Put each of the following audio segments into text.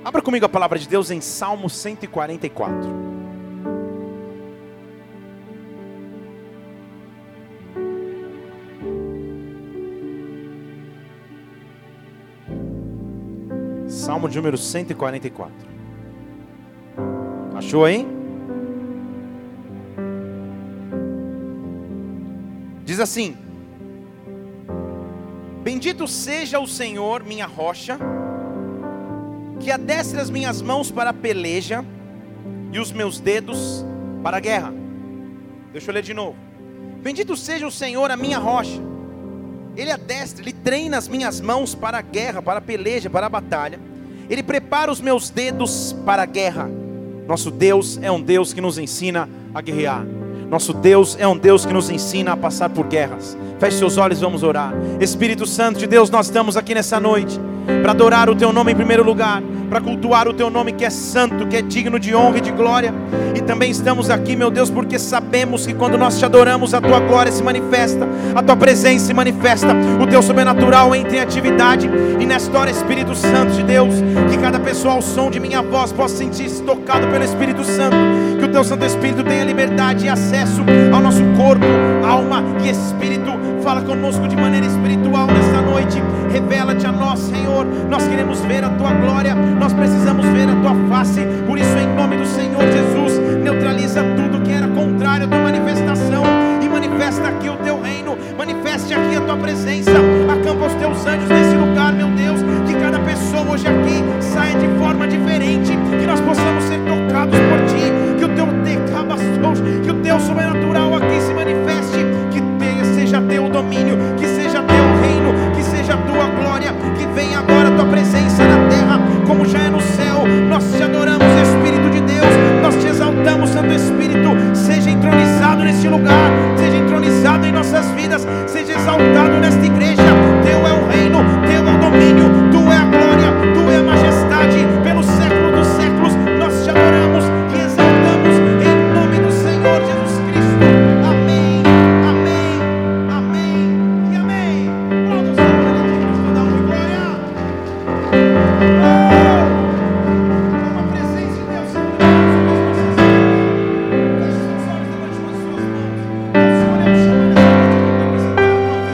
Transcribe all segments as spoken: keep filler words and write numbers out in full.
Abra comigo a palavra de Deus em Salmo cento e quarenta e quatro. Salmo de número cento e quarenta e quatro. Achou aí? Diz assim: bendito seja o Senhor, minha rocha, que adestra as minhas mãos para a peleja e os meus dedos para a guerra. Deixa eu ler de novo. Bendito seja o Senhor, a minha rocha. Ele adestra, Ele treina as minhas mãos para a guerra, para a peleja, para a batalha. Ele prepara os meus dedos para a guerra. Nosso Deus é um Deus que nos ensina a guerrear. Nosso Deus é um Deus que nos ensina a passar por guerras. Feche seus olhos, vamos orar. Espírito Santo de Deus, nós estamos aqui nessa noite para adorar o Teu nome em primeiro lugar, para cultuar o Teu nome que é santo, que é digno de honra e de glória. E também estamos aqui, meu Deus, porque sabemos que quando nós Te adoramos, a Tua glória se manifesta, a Tua presença se manifesta, o Teu sobrenatural entra em atividade. E nesta hora, Espírito Santo de Deus, que cada pessoa ao som de minha voz possa sentir-se tocado pelo Espírito Santo, que o Teu Santo Espírito tenha liberdade e acesso ao nosso corpo, alma e espírito. Fala conosco de maneira espiritual nesta noite. Revela-te a nós, Senhor. Nós queremos ver a Tua glória, nós precisamos ver a Tua face. Por isso, em nome do Senhor Jesus, neutraliza tudo que era contrário à Tua manifestação e manifesta aqui o Teu reino. Manifeste aqui a Tua presença. Acampa os Teus anjos nesse lugar, meu Deus. Que cada pessoa hoje aqui saia de forma diferente, que nós possamos ser tocados por Ti, que o Teu decabastos, que o Teu sobrenatural aqui se manifeste, que seja Teu domínio, que seja Teu reino, que seja a Tua glória, que venha agora a Tua presença na terra, como já é no céu. Nós Te adoramos, Espírito de Deus, nós Te exaltamos, Santo Espírito. Seja entronizado neste lugar, seja entronizado em nossas vidas, seja exaltado nesta igreja. Teu é o reino, Teu é o domínio, Tu é a glória, Tu é a majestade, pelos séculos dos séculos. Nós Te adoramos e exaltamos em nome do Senhor Jesus Cristo. Amém, amém, amém e amém. Glória ao Senhor, Ele é digno de toda honra e glória. Oh, uma presença de Deus sobre nós, feche seus olhos, levante com as suas mãos. O Senhor é o chamado nessa noite para apresentar a tua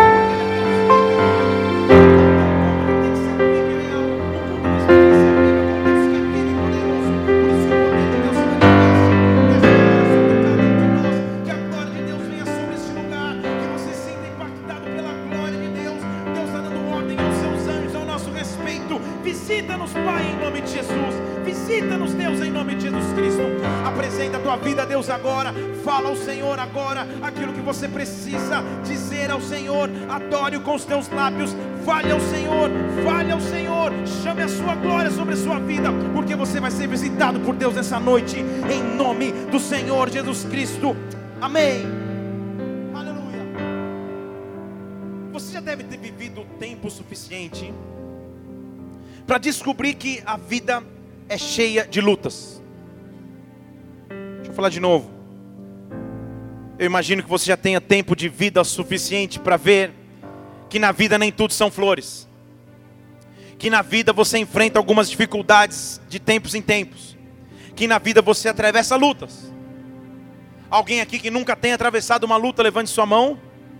Visita-nos, Pai, em nome de Jesus. Visita-nos, Deus, em nome de Jesus Cristo. Apresenta a tua vida, Deus, agora. Fala ao Senhor agora aquilo que você precisa dizer ao Senhor. Adore-o com os teus lábios. Fale ao Senhor, fale ao Senhor. Chame a sua glória sobre a sua vida, porque você vai ser visitado por Deus essa noite, em nome do Senhor Jesus Cristo. Amém. Aleluia. Você já deve ter vivido tempo suficiente para descobrir que a vida é cheia de lutas. Deixa eu falar de novo. Eu imagino que você já tenha tempo de vida suficiente para ver que na vida nem tudo são flores. Que na vida você enfrenta algumas dificuldades de tempos em tempos. Que na vida você atravessa lutas. Alguém aqui que nunca tenha atravessado uma luta, levante sua mão.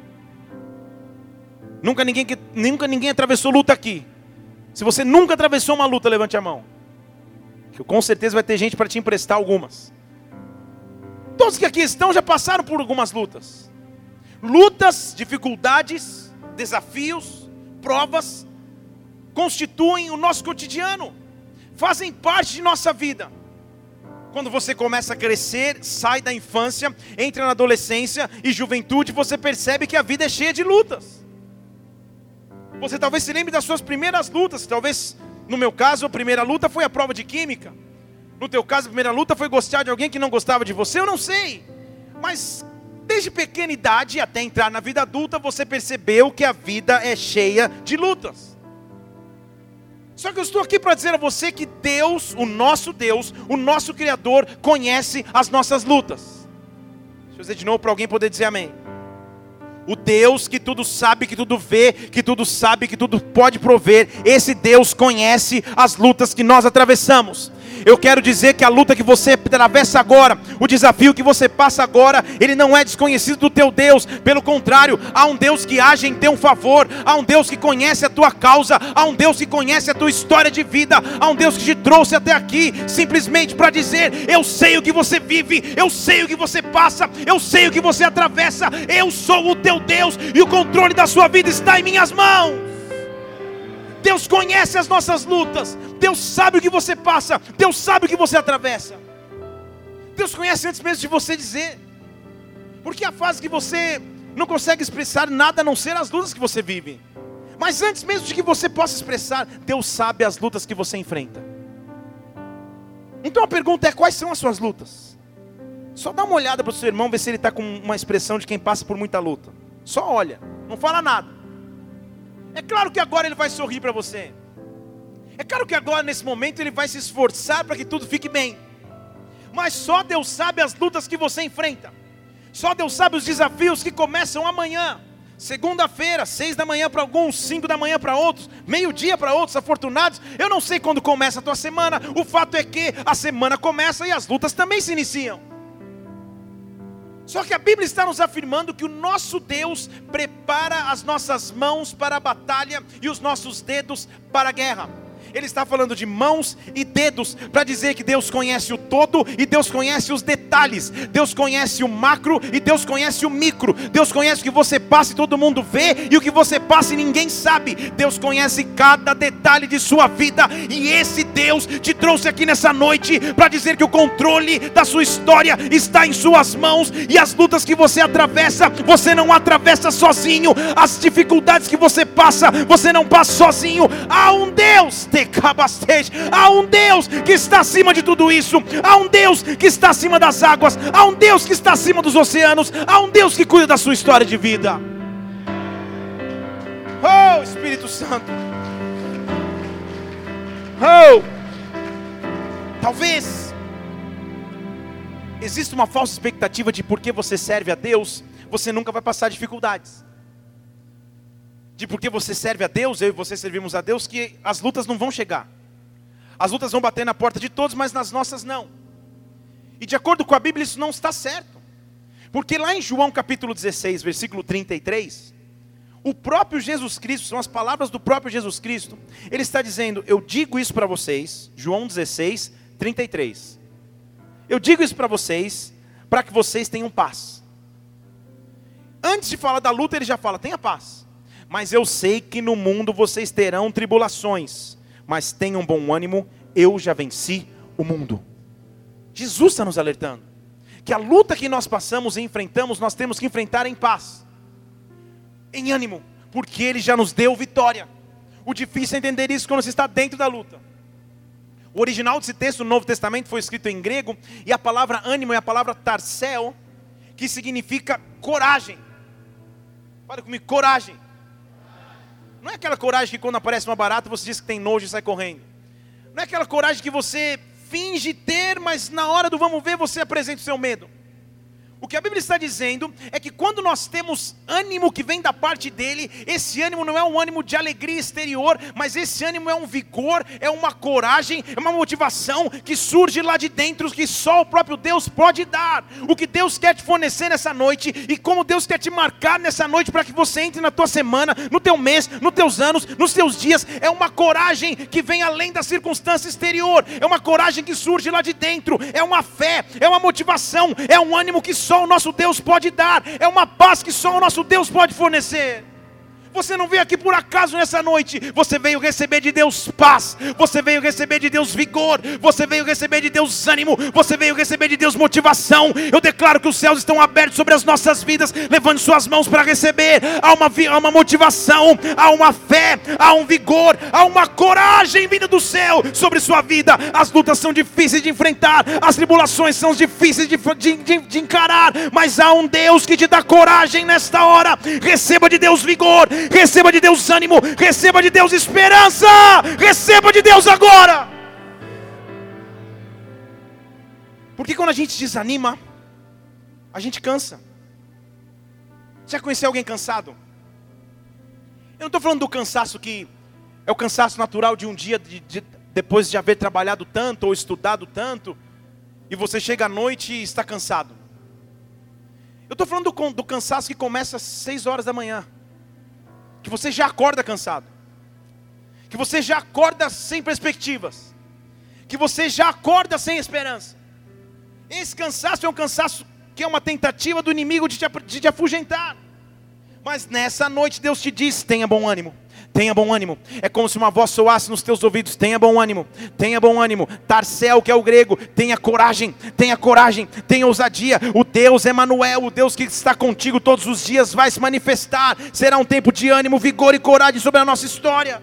Nunca ninguém, nunca ninguém atravessou luta aqui. Se você nunca atravessou uma luta, levante a mão. Que com certeza vai ter gente para te emprestar algumas. Todos que aqui estão já passaram por algumas lutas. Lutas, dificuldades, desafios, provas, constituem o nosso cotidiano. Fazem parte de nossa vida. Quando você começa a crescer, sai da infância, entra na adolescência e juventude, você percebe que a vida é cheia de lutas. Você talvez se lembre das suas primeiras lutas. Talvez, no meu caso, a primeira luta foi a prova de química. No teu caso, a primeira luta foi gostar de alguém que não gostava de você. Eu não sei. Mas desde pequena idade até entrar na vida adulta, você percebeu que a vida é cheia de lutas. Só que eu estou aqui para dizer a você que Deus, o nosso Deus, o nosso Criador, conhece as nossas lutas. Deixa eu dizer de novo para alguém poder dizer amém. O Deus que tudo sabe, que tudo vê, que tudo sabe, que tudo pode prover. Esse Deus conhece as lutas que nós atravessamos. Eu quero dizer que a luta que você atravessa agora, o desafio que você passa agora, ele não é desconhecido do teu Deus. Pelo contrário, há um Deus que age em teu favor. Há um Deus que conhece a tua causa. Há um Deus que conhece a tua história de vida. Há um Deus que te trouxe até aqui simplesmente para dizer: eu sei o que você vive, eu sei o que você passa, eu sei o que você atravessa. Eu sou o teu Deus e o controle da sua vida está em minhas mãos. Deus conhece as nossas lutas. Deus sabe o que você passa. Deus sabe o que você atravessa. Deus conhece antes mesmo de você dizer. Porque a fase que você não consegue expressar nada a não ser as lutas que você vive. Mas antes mesmo de que você possa expressar, Deus sabe as lutas que você enfrenta. Então a pergunta é: quais são as suas lutas? Só dá uma olhada para o seu irmão, ver se ele está com uma expressão de quem passa por muita luta. Só olha, não fala nada. É claro que agora ele vai sorrir para você. É claro que agora nesse momento ele vai se esforçar para que tudo fique bem. Mas só Deus sabe as lutas que você enfrenta. Só Deus sabe os desafios que começam amanhã. Segunda-feira, seis da manhã para alguns, cinco da manhã para outros, meio-dia para outros afortunados. Eu não sei quando começa a tua semana. O fato é que a semana começa e as lutas também se iniciam. Só que a Bíblia está nos afirmando que o nosso Deus prepara as nossas mãos para a batalha e os nossos dedos para a guerra. Ele está falando de mãos e dedos, para dizer que Deus conhece o todo e Deus conhece os detalhes. Deus conhece o macro e Deus conhece o micro. Deus conhece o que você passa e todo mundo vê, e o que você passa e ninguém sabe. Deus conhece cada detalhe de sua vida. E esse Deus te trouxe aqui nessa noite para dizer que o controle da sua história está em suas mãos. E as lutas que você atravessa, você não atravessa sozinho. As dificuldades que você passa, você não passa sozinho. Há um Deus, há um Deus que está acima de tudo isso. Há um Deus que está acima das águas. Há um Deus que está acima dos oceanos. Há um Deus que cuida da sua história de vida. Oh, Espírito Santo. Oh, talvez exista uma falsa expectativa de porque você serve a Deus, você nunca vai passar dificuldades. De porque você serve a Deus, eu e você servimos a Deus, que as lutas não vão chegar. As lutas vão bater na porta de todos, mas nas nossas não. E de acordo com a Bíblia isso não está certo. Porque lá em João capítulo dezesseis, versículo trinta e três, o próprio Jesus Cristo, são as palavras do próprio Jesus Cristo, ele está dizendo: eu digo isso para vocês, João dezesseis, trinta e três. Eu digo isso para vocês, para que vocês tenham paz. Antes de falar da luta, ele já fala: tenha paz. Mas eu sei que no mundo vocês terão tribulações, mas tenham bom ânimo, eu já venci o mundo. Jesus está nos alertando que a luta que nós passamos e enfrentamos, nós temos que enfrentar em paz, em ânimo, porque Ele já nos deu vitória. O difícil é entender isso quando você está dentro da luta. O original desse texto no Novo Testamento foi escrito em grego, e a palavra ânimo é a palavra tarseo, que significa coragem. Fala comigo, coragem. Não é aquela coragem que quando aparece uma barata você diz que tem nojo e sai correndo. Não é aquela coragem que você finge ter, mas na hora do vamos ver você apresenta o seu medo. O que a Bíblia está dizendo é que quando nós temos ânimo que vem da parte dele, esse ânimo não é um ânimo de alegria exterior, mas esse ânimo é um vigor, é uma coragem, é uma motivação que surge lá de dentro, que só o próprio Deus pode dar. O que Deus quer te fornecer nessa noite, e como Deus quer te marcar nessa noite para que você entre na tua semana, no teu mês, nos teus anos, nos teus dias, é uma coragem que vem além da circunstância exterior, é uma coragem que surge lá de dentro, é uma fé, é uma motivação, é um ânimo que só o nosso Deus pode dar, é uma paz que só o nosso Deus pode fornecer. Você não veio aqui por acaso nessa noite, você veio receber de Deus paz, você veio receber de Deus vigor, você veio receber de Deus ânimo, você veio receber de Deus motivação. Eu declaro que os céus estão abertos sobre as nossas vidas, levante suas mãos para receber. Há uma, há uma motivação, há uma fé, há um vigor, há uma coragem vinda do céu sobre sua vida. As lutas são difíceis de enfrentar, as tribulações são difíceis de, de, de, de encarar, mas há um Deus que te dá coragem nesta hora. Receba de Deus vigor, receba de Deus ânimo, receba de Deus esperança, receba de Deus agora. Porque quando a gente desanima, a gente cansa. Já conheceu alguém cansado? Eu não estou falando do cansaço que é o cansaço natural de um dia, de, de, depois de haver trabalhado tanto ou estudado tanto, e você chega à noite e está cansado. Eu estou falando do, do cansaço que começa às seis horas da manhã, que você já acorda cansado, que você já acorda sem perspectivas, que você já acorda sem esperança. Esse cansaço é um cansaço que é uma tentativa do inimigo de te, de te afugentar. Mas nessa noite Deus te diz: tenha bom ânimo, tenha bom ânimo. É como se uma voz soasse nos teus ouvidos: tenha bom ânimo, tenha bom ânimo. Tarsel, que é o grego, tenha coragem, tenha coragem, tenha ousadia. O Deus Emanuel, o Deus que está contigo todos os dias, vai se manifestar. Será um tempo de ânimo, vigor e coragem sobre a nossa história.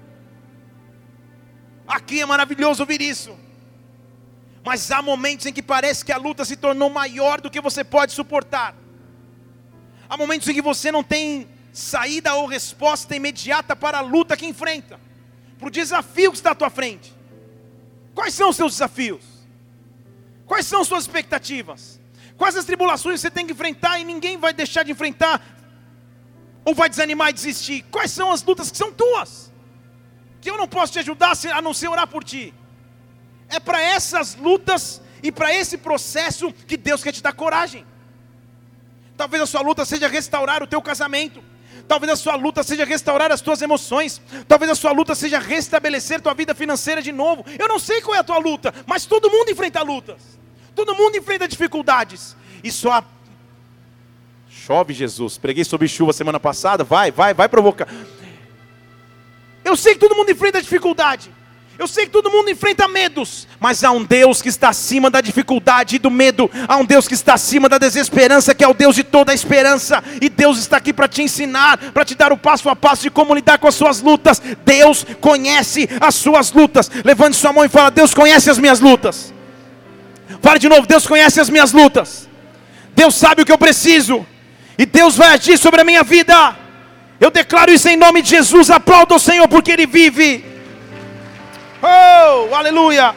Aqui é maravilhoso ouvir isso. Mas há momentos em que parece que a luta se tornou maior do que você pode suportar. Há momentos em que você não tem saída ou resposta imediata para a luta que enfrenta, para o desafio que está à tua frente. Quais são os seus desafios? Quais são as suas expectativas? Quais as tribulações você tem que enfrentar e ninguém vai deixar de enfrentar, ou vai desanimar e desistir? Quais são as lutas que são tuas, que eu não posso te ajudar a não ser orar por ti? É para essas lutas e para esse processo que Deus quer te dar coragem. Talvez a sua luta seja restaurar o teu casamento. Talvez a sua luta seja restaurar as tuas emoções. Talvez a sua luta seja restabelecer tua vida financeira de novo. Eu não sei qual é a tua luta, mas todo mundo enfrenta lutas. Todo mundo enfrenta dificuldades. E só... Chove, Jesus. Preguei sobre chuva semana passada. Vai, vai, vai provocar. Eu sei que todo mundo enfrenta dificuldade. Eu sei que todo mundo enfrenta medos, mas há um Deus que está acima da dificuldade e do medo. Há um Deus que está acima da desesperança, que é o Deus de toda a esperança. E Deus está aqui para te ensinar, para te dar o passo a passo de como lidar com as suas lutas. Deus conhece as suas lutas. Levante sua mão e fala: Deus conhece as minhas lutas. Fale de novo: Deus conhece as minhas lutas. Deus sabe o que eu preciso, e Deus vai agir sobre a minha vida. Eu declaro isso em nome de Jesus. Aplauda o Senhor porque Ele vive. Oh, aleluia.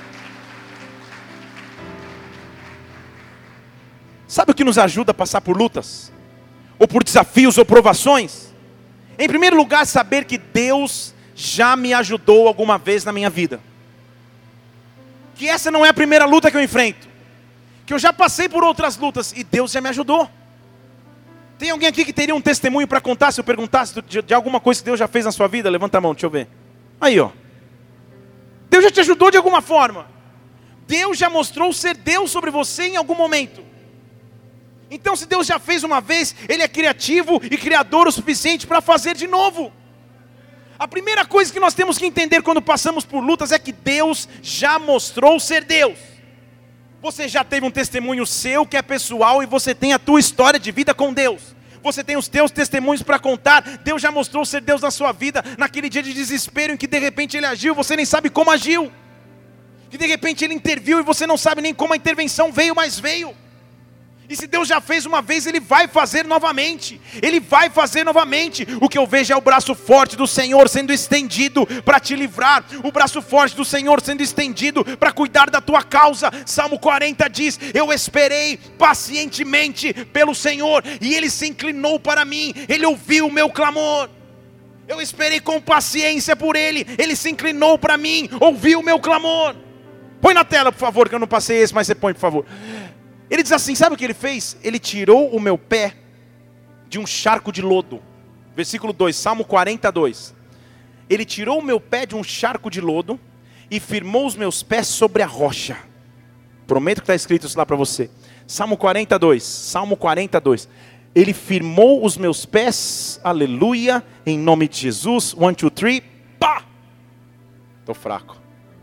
Sabe o que nos ajuda a passar por lutas? Ou por desafios ou provações? Em primeiro lugar, saber que Deus já me ajudou alguma vez na minha vida. Que essa não é a primeira luta que eu enfrento. Que eu já passei por outras lutas e Deus já me ajudou. Tem alguém aqui que teria um testemunho para contar se eu perguntasse de, de alguma coisa que Deus já fez na sua vida? Levanta a mão, deixa eu ver. Aí, ó. Deus já te ajudou de alguma forma. Deus já mostrou ser Deus sobre você em algum momento. Então, se Deus já fez uma vez, Ele é criativo e criador o suficiente para fazer de novo. A primeira coisa que nós temos que entender quando passamos por lutas é que Deus já mostrou ser Deus. Você já teve um testemunho seu que é pessoal e você tem a tua história de vida com Deus. Você tem os teus testemunhos para contar. Deus já mostrou ser Deus na sua vida, naquele dia de desespero em que de repente Ele agiu, você nem sabe como agiu. Que de repente Ele interviu e você não sabe nem como a intervenção veio, mas veio. E se Deus já fez uma vez, Ele vai fazer novamente. Ele vai fazer novamente. O que eu vejo é o braço forte do Senhor sendo estendido para te livrar. O braço forte do Senhor sendo estendido para cuidar da tua causa. Salmo quarenta diz: eu esperei pacientemente pelo Senhor e Ele se inclinou para mim. Ele ouviu o meu clamor. Eu esperei com paciência por Ele. Ele se inclinou para mim, ouviu o meu clamor. Põe na tela, por favor, que eu não passei esse, mas você põe, por favor. Ele diz assim, sabe o que Ele fez? Ele tirou o meu pé de um charco de lodo. Versículo dois, Salmo quarenta e dois. Ele tirou o meu pé de um charco de lodo e firmou os meus pés sobre a rocha. Prometo que está escrito isso lá para você. Salmo quarenta e dois, Salmo quarenta e dois. Ele firmou os meus pés, aleluia, em nome de Jesus. One, two, three, pá! Estou fraco.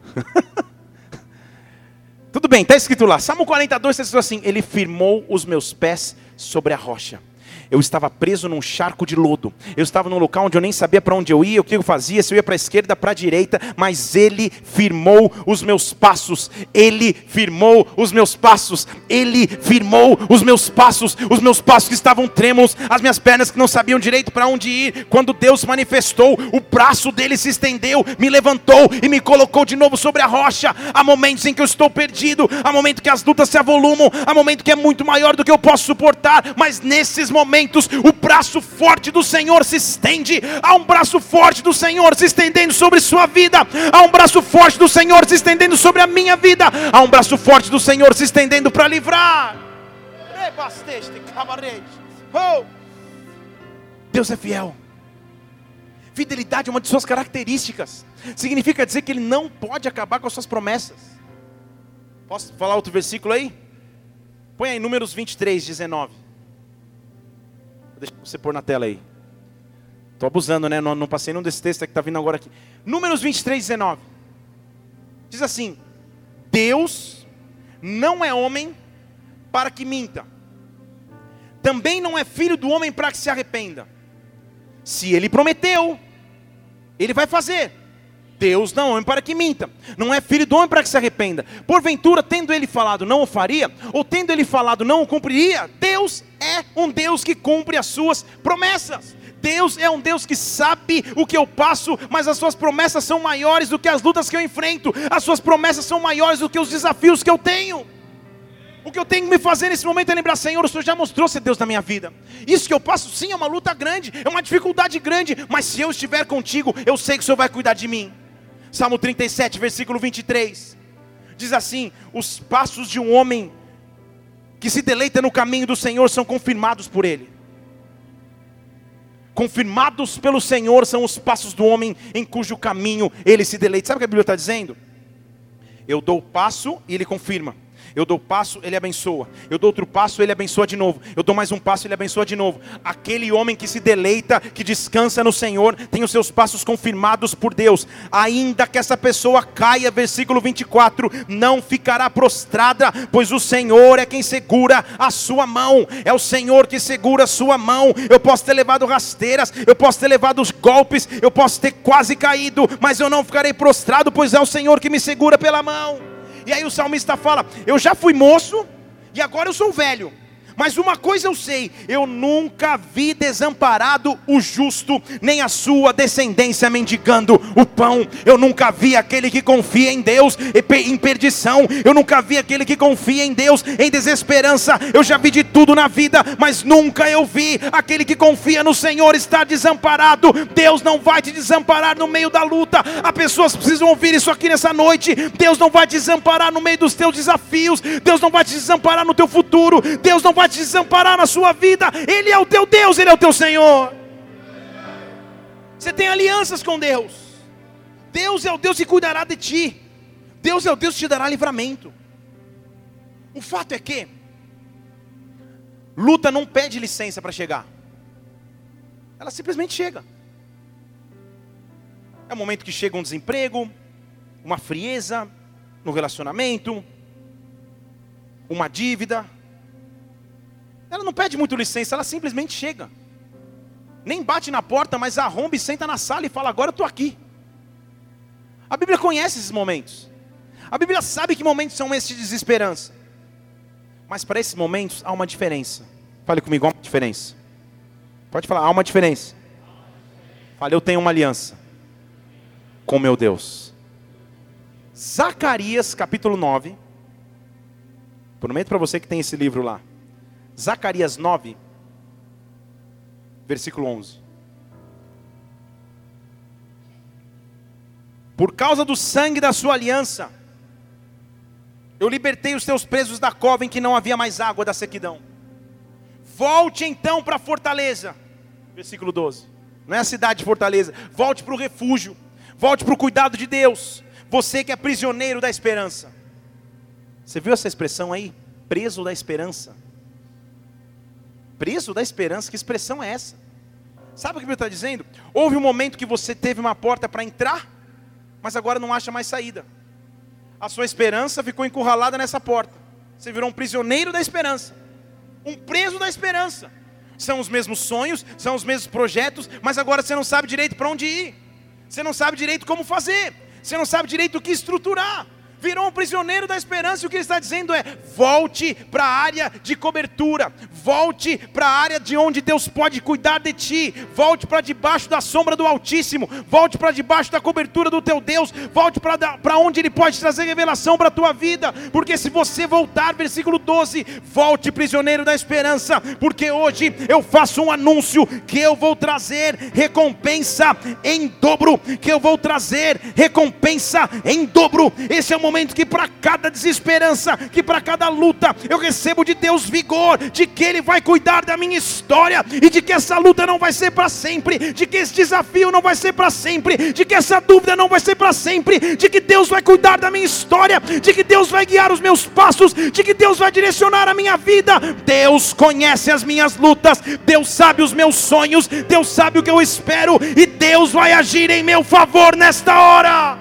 Tudo bem, está escrito lá, Salmo quarenta e dois está escrito assim: Ele firmou os meus pés sobre a rocha. Eu estava preso num charco de lodo. Eu estava num local onde eu nem sabia para onde eu ia, o que eu fazia, se eu ia para a esquerda, para a direita. Mas Ele firmou os meus passos. Ele firmou os meus passos. Ele firmou os meus passos. Os meus passos que estavam trêmulos, as minhas pernas que não sabiam direito para onde ir. Quando Deus manifestou, o braço dele se estendeu, me levantou e me colocou de novo sobre a rocha. Há momentos em que eu estou perdido. Há momentos que as lutas se avolumam. Há momentos que é muito maior do que eu posso suportar. Mas nesses momentos momentos o braço forte do Senhor se estende. Há um braço forte do Senhor se estendendo sobre sua vida. Há um braço forte do Senhor se estendendo sobre a minha vida. Há um braço forte do Senhor se estendendo para livrar. Oh. Deus é fiel. Fidelidade é uma de suas características. Significa dizer que Ele não pode acabar com as suas promessas. Posso falar outro versículo aí? Põe aí Números vinte e três, dezenove. Deixa você pôr na tela aí. Estou abusando, né? Não, não passei nenhum desse texto que está vindo agora aqui. Números vinte e três, dezenove. Diz assim: Deus não é homem para que minta, também não é filho do homem para que se arrependa. Se Ele prometeu, Ele vai fazer. Deus não é homem para que minta, não é filho do homem para que se arrependa. Porventura, tendo Ele falado, não o faria, ou tendo Ele falado, não o cumpriria. Deus é um Deus que cumpre as suas promessas. Deus é um Deus que sabe o que eu passo, mas as suas promessas são maiores do que as lutas que eu enfrento. As suas promessas são maiores do que os desafios que eu tenho. O que eu tenho que me fazer nesse momento é lembrar: Senhor, o Senhor já mostrou ser Deus na minha vida. Isso que eu passo, sim, é uma luta grande, é uma dificuldade grande, mas se eu estiver contigo, eu sei que o Senhor vai cuidar de mim. Salmo trinta e sete, versículo vinte e três, diz assim: os passos de um homem que se deleita no caminho do Senhor são confirmados por Ele. Confirmados pelo Senhor são os passos do homem em cujo caminho Ele se deleita. Sabe o que a Bíblia está dizendo? Eu dou o passo e Ele confirma. Eu dou passo, Ele abençoa. Eu dou outro passo, Ele abençoa de novo. Eu dou mais um passo, Ele abençoa de novo. Aquele homem que se deleita, que descansa no Senhor, tem os seus passos confirmados por Deus. Ainda que essa pessoa caia, versículo vinte e quatro, não ficará prostrada, pois o Senhor é quem segura a sua mão. É o Senhor que segura a sua mão. Eu posso ter levado rasteiras, eu posso ter levado os golpes, eu posso ter quase caído, mas eu não ficarei prostrado, pois é o Senhor que me segura pela mão. E aí o salmista fala: eu já fui moço e agora eu sou velho, mas uma coisa eu sei, eu nunca vi desamparado o justo, nem a sua descendência mendigando o pão. Eu nunca vi aquele que confia em Deus em perdição. Eu nunca vi aquele que confia em Deus em desesperança. Eu já vi de tudo na vida, mas nunca eu vi aquele que confia no Senhor estar desamparado. Deus não vai te desamparar no meio da luta. As pessoas precisam ouvir isso aqui nessa noite. Deus não vai te desamparar no meio dos teus desafios. Deus não vai te desamparar no teu futuro. Deus não vai te desamparar na sua vida. Ele é o teu Deus, Ele é o teu Senhor. Você tem alianças com Deus. Deus é o Deus que cuidará de ti. Deus é o Deus que te dará livramento. O fato é que luta não pede licença para chegar. Ela simplesmente chega. É o momento que chega um desemprego, uma frieza no relacionamento, uma dívida. Ela não pede muito licença, ela simplesmente chega. Nem bate na porta, mas arromba e senta na sala e fala: agora eu estou aqui. A Bíblia conhece esses momentos. A Bíblia sabe que momentos são esses de desesperança. Mas para esses momentos há uma diferença. Fale comigo, há uma diferença. Pode falar, há uma diferença. Fale: eu tenho uma aliança com meu Deus. Zacarias capítulo nove. Prometo para você que tem esse livro lá. Zacarias nove, versículo onze. Por causa do sangue da sua aliança, eu libertei os teus presos da cova em que não havia mais água da sequidão. Volte então para a fortaleza. Versículo doze. Não é a cidade de Fortaleza. Volte para o refúgio. Volte para o cuidado de Deus. Você que é prisioneiro da esperança. Você viu essa expressão aí? Preso da esperança. Preso da esperança, que expressão é essa? Sabe o que a Bíblia está dizendo? Houve um momento que você teve uma porta para entrar, mas agora não acha mais saída. A sua esperança ficou encurralada nessa porta. Você virou um prisioneiro da esperança, um preso da esperança. São os mesmos sonhos, são os mesmos projetos, mas agora você não sabe direito para onde ir. Você não sabe direito como fazer. Você não sabe direito o que estruturar. virou um prisioneiro da esperança. E o que ele está dizendo é: volte para a área de cobertura, volte para a área de onde Deus pode cuidar de ti, volte para debaixo da sombra do Altíssimo, volte para debaixo da cobertura do teu Deus, volte para onde Ele pode trazer revelação para a tua vida, porque se você voltar, versículo doze, volte prisioneiro da esperança, porque hoje eu faço um anúncio, que eu vou trazer recompensa em dobro, que eu vou trazer recompensa em dobro. Esse é o momento que para cada desesperança, que para cada luta, eu recebo de Deus vigor, de que Ele vai cuidar da minha história, e de que essa luta não vai ser para sempre, de que esse desafio não vai ser para sempre, de que essa dúvida não vai ser para sempre, de que Deus vai cuidar da minha história, de que Deus vai guiar os meus passos, de que Deus vai direcionar a minha vida. Deus conhece as minhas lutas, Deus sabe os meus sonhos, Deus sabe o que eu espero, e Deus vai agir em meu favor nesta hora.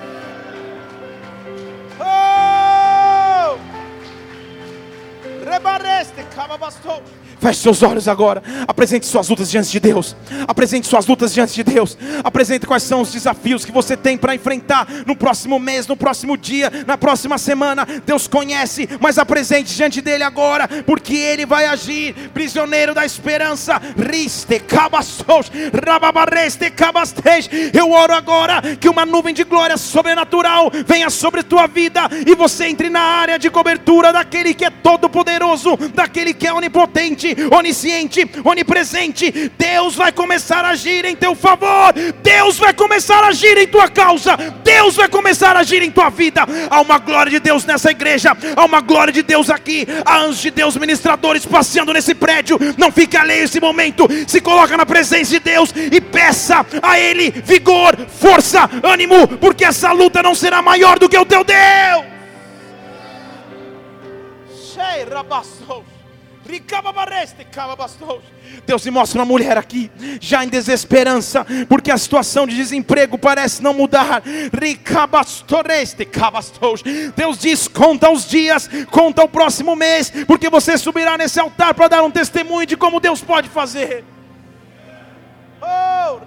Oh! Rebareste, cababastou. Feche seus olhos agora, apresente suas lutas diante de Deus, apresente suas lutas diante de Deus, apresente quais são os desafios que você tem para enfrentar no próximo mês, no próximo dia, na próxima semana. Deus conhece, mas apresente diante dele agora, porque Ele vai agir. Prisioneiro da esperança, riste, cabastos, rababareste, cabastes. Eu oro agora que uma nuvem de glória sobrenatural venha sobre tua vida, e você entre na área de cobertura daquele que é todo poderoso, daquele que é onipotente, onisciente, onipresente. Deus vai começar a agir em teu favor, Deus vai começar a agir em tua causa, Deus vai começar a agir em tua vida. Há uma glória de Deus nessa igreja, há uma glória de Deus aqui, há anjos de Deus ministradores passeando nesse prédio. Não fique alheio esse momento, se coloca na presença de Deus e peça a Ele vigor, força, ânimo, porque essa luta não será maior do que o teu Deus. Shei rabassos. Deus me mostra uma mulher aqui, já em desesperança, porque a situação de desemprego parece não mudar. Deus diz: conta os dias, conta o próximo mês, porque você subirá nesse altar para dar um testemunho de como Deus pode fazer. Oh,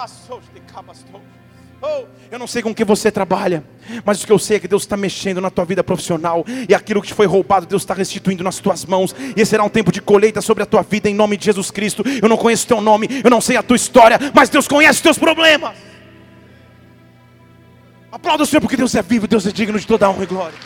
Oh, eu não sei com que você trabalha, mas o que eu sei é que Deus está mexendo na tua vida profissional, e aquilo que te foi roubado, Deus está restituindo nas tuas mãos, e esse será um tempo de colheita sobre a tua vida, em nome de Jesus Cristo. Eu não conheço o teu nome, eu não sei a tua história, mas Deus conhece os teus problemas. Aplauda o Senhor, porque Deus é vivo, Deus é digno de toda honra e glória.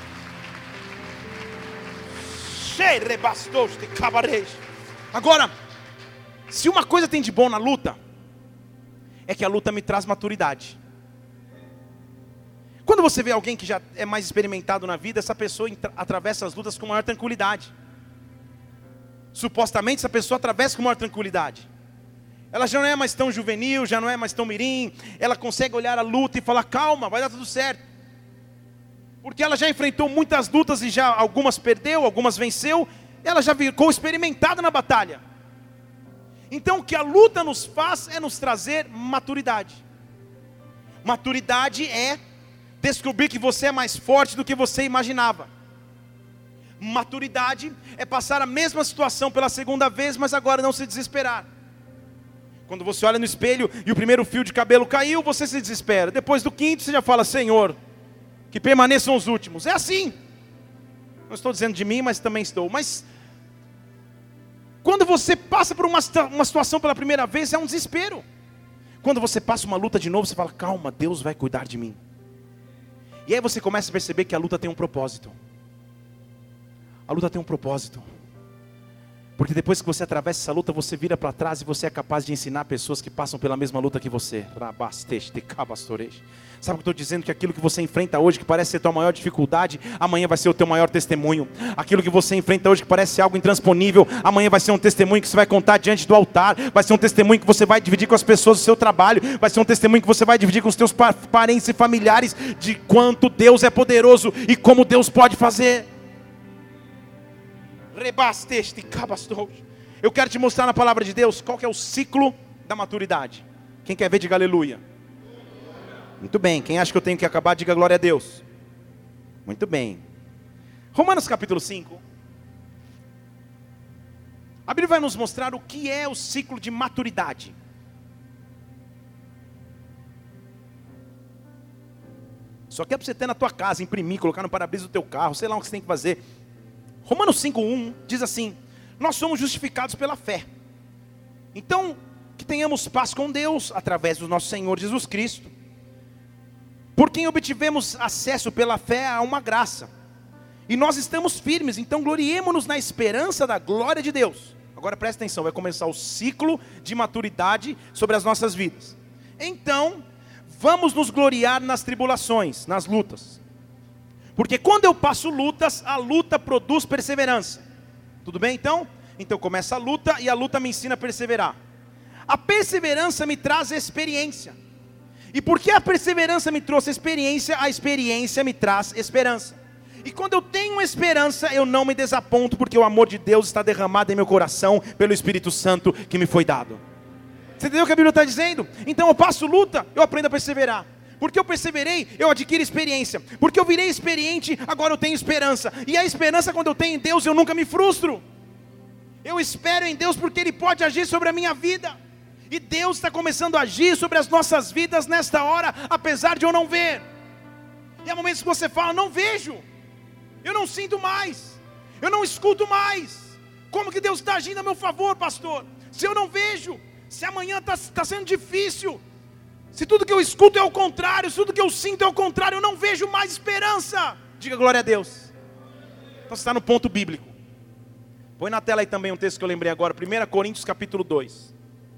Agora, se uma coisa tem de bom na luta, é que a luta me traz maturidade. Quando você vê alguém que já é mais experimentado na vida, essa pessoa atravessa as lutas com maior tranquilidade. Supostamente essa pessoa atravessa com maior tranquilidade. Ela já não é mais tão juvenil, já não é mais tão mirim. Ela consegue olhar a luta e falar: calma, vai dar tudo certo. Porque ela já enfrentou muitas lutas e já algumas perdeu, algumas venceu. Ela já ficou experimentada na batalha. Então o que a luta nos faz é nos trazer maturidade. Maturidade é descobrir que você é mais forte do que você imaginava. Maturidade é passar a mesma situação pela segunda vez, mas agora não se desesperar. Quando você olha no espelho e o primeiro fio de cabelo caiu, você se desespera. Depois do quinto você já fala: Senhor, que permaneçam os últimos. É assim. Não estou dizendo de mim, mas também estou. Mas quando você passa por uma, uma situação pela primeira vez, é um desespero. Quando você passa uma luta de novo, você fala: calma, Deus vai cuidar de mim. E aí você começa a perceber que a luta tem um propósito. A luta tem um propósito. Porque depois que você atravessa essa luta, você vira para trás e você é capaz de ensinar pessoas que passam pela mesma luta que você. Sabe o que eu estou dizendo? Que aquilo que você enfrenta hoje, que parece ser a tua maior dificuldade, amanhã vai ser o teu maior testemunho. Aquilo que você enfrenta hoje, que parece ser algo intransponível, amanhã vai ser um testemunho que você vai contar diante do altar. Vai ser um testemunho que você vai dividir com as pessoas do seu trabalho. Vai ser um testemunho que você vai dividir com os teus parentes e familiares, de quanto Deus é poderoso e como Deus pode fazer. Eu quero te mostrar na palavra de Deus qual que é o ciclo da maturidade. Quem quer ver, diga aleluia. Muito bem, quem acha que eu tenho que acabar, diga glória a Deus. Muito bem. Romanos capítulo cinco. A Bíblia vai nos mostrar o que é o ciclo de maturidade. Só que é para você ter na tua casa, imprimir, colocar no para-brisa do teu carro, sei lá o que você tem que fazer. Romanos cinco, um diz assim: nós somos justificados pela fé. Então, que tenhamos paz com Deus, através do nosso Senhor Jesus Cristo, por quem obtivemos acesso pela fé a uma graça. E nós estamos firmes, então gloriemo-nos na esperança da glória de Deus. Agora presta atenção, vai começar o ciclo de maturidade sobre as nossas vidas. Então, vamos nos gloriar nas tribulações, nas lutas. Porque quando eu passo lutas, a luta produz perseverança. Tudo bem então? Então começa a luta e a luta me ensina a perseverar. A perseverança me traz experiência. E porque a perseverança me trouxe experiência, a experiência me traz esperança. E quando eu tenho esperança, eu não me desaponto, porque o amor de Deus está derramado em meu coração pelo Espírito Santo que me foi dado. Você entendeu o que a Bíblia está dizendo? Então eu passo luta, eu aprendo a perseverar. Porque eu perseverei, eu adquiro experiência. Porque eu virei experiente, agora eu tenho esperança. E a esperança, quando eu tenho em Deus, eu nunca me frustro. Eu espero em Deus porque Ele pode agir sobre a minha vida. E Deus está começando a agir sobre as nossas vidas nesta hora, apesar de eu não ver. E há momentos que você fala: não vejo, eu não sinto mais, eu não escuto mais. Como que Deus está agindo a meu favor, pastor? Se eu não vejo, se amanhã está tá sendo difícil, se tudo que eu escuto é o contrário, se tudo que eu sinto é o contrário, eu não vejo mais esperança. Diga glória a Deus. Então você está no ponto bíblico. Põe na tela aí também um texto que eu lembrei agora, primeira Coríntios capítulo dois.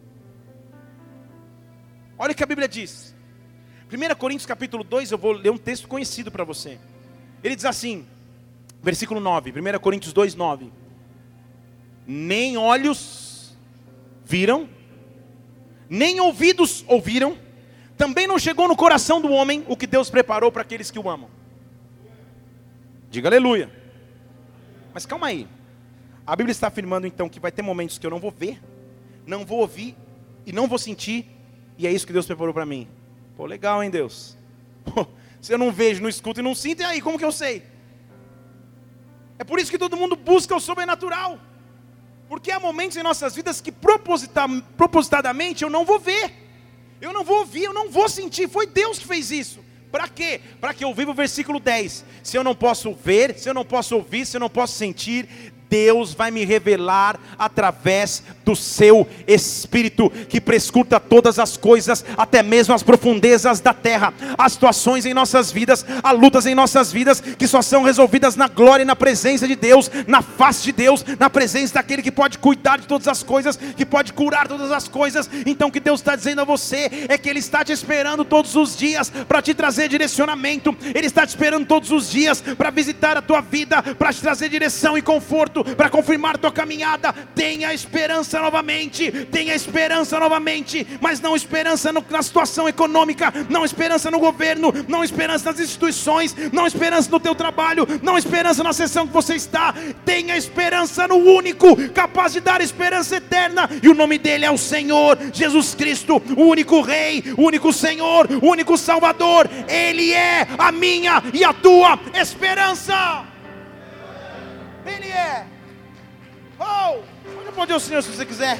Olha o que a Bíblia diz. primeira Coríntios capítulo dois, eu vou ler um texto conhecido para você. Ele diz assim, versículo nove, primeira Coríntios dois, nove. Nem olhos viram, nem ouvidos ouviram, também não chegou no coração do homem o que Deus preparou para aqueles que o amam. Diga aleluia. Mas calma aí. A Bíblia está afirmando então que vai ter momentos que eu não vou ver, não vou ouvir e não vou sentir, e é isso que Deus preparou para mim. Pô, legal, hein, Deus? Pô, se eu não vejo, não escuto e não sinto, e aí, como que eu sei? É por isso que todo mundo busca o sobrenatural. Porque há momentos em nossas vidas que proposita, propositadamente eu não vou ver, eu não vou ouvir, eu não vou sentir. Foi Deus que fez isso. Para quê? Para que eu viva o versículo dez. Se eu não posso ver, se eu não posso ouvir, se eu não posso sentir, Deus vai me revelar através do seu Espírito, que prescruta todas as coisas, até mesmo as profundezas da terra. Há situações em nossas vidas, há lutas em nossas vidas, que só são resolvidas na glória e na presença de Deus, na face de Deus, na presença daquele que pode cuidar de todas as coisas, que pode curar todas as coisas. Então o que Deus está dizendo a você, é que Ele está te esperando todos os dias, para te trazer direcionamento. Ele está te esperando todos os dias, para visitar a tua vida, para te trazer direção e conforto, para confirmar tua caminhada. Tenha esperança novamente, tenha esperança novamente, mas não esperança no, na situação econômica, não esperança no governo, não esperança nas instituições, não esperança no teu trabalho, não esperança na sessão que você está. Tenha esperança no único capaz de dar esperança eterna, e o nome dele é o Senhor Jesus Cristo, o único Rei, o único Senhor, o único Salvador. Ele é a minha e a tua esperança. Ele é. Oh, pode aplaudir o Senhor se você quiser.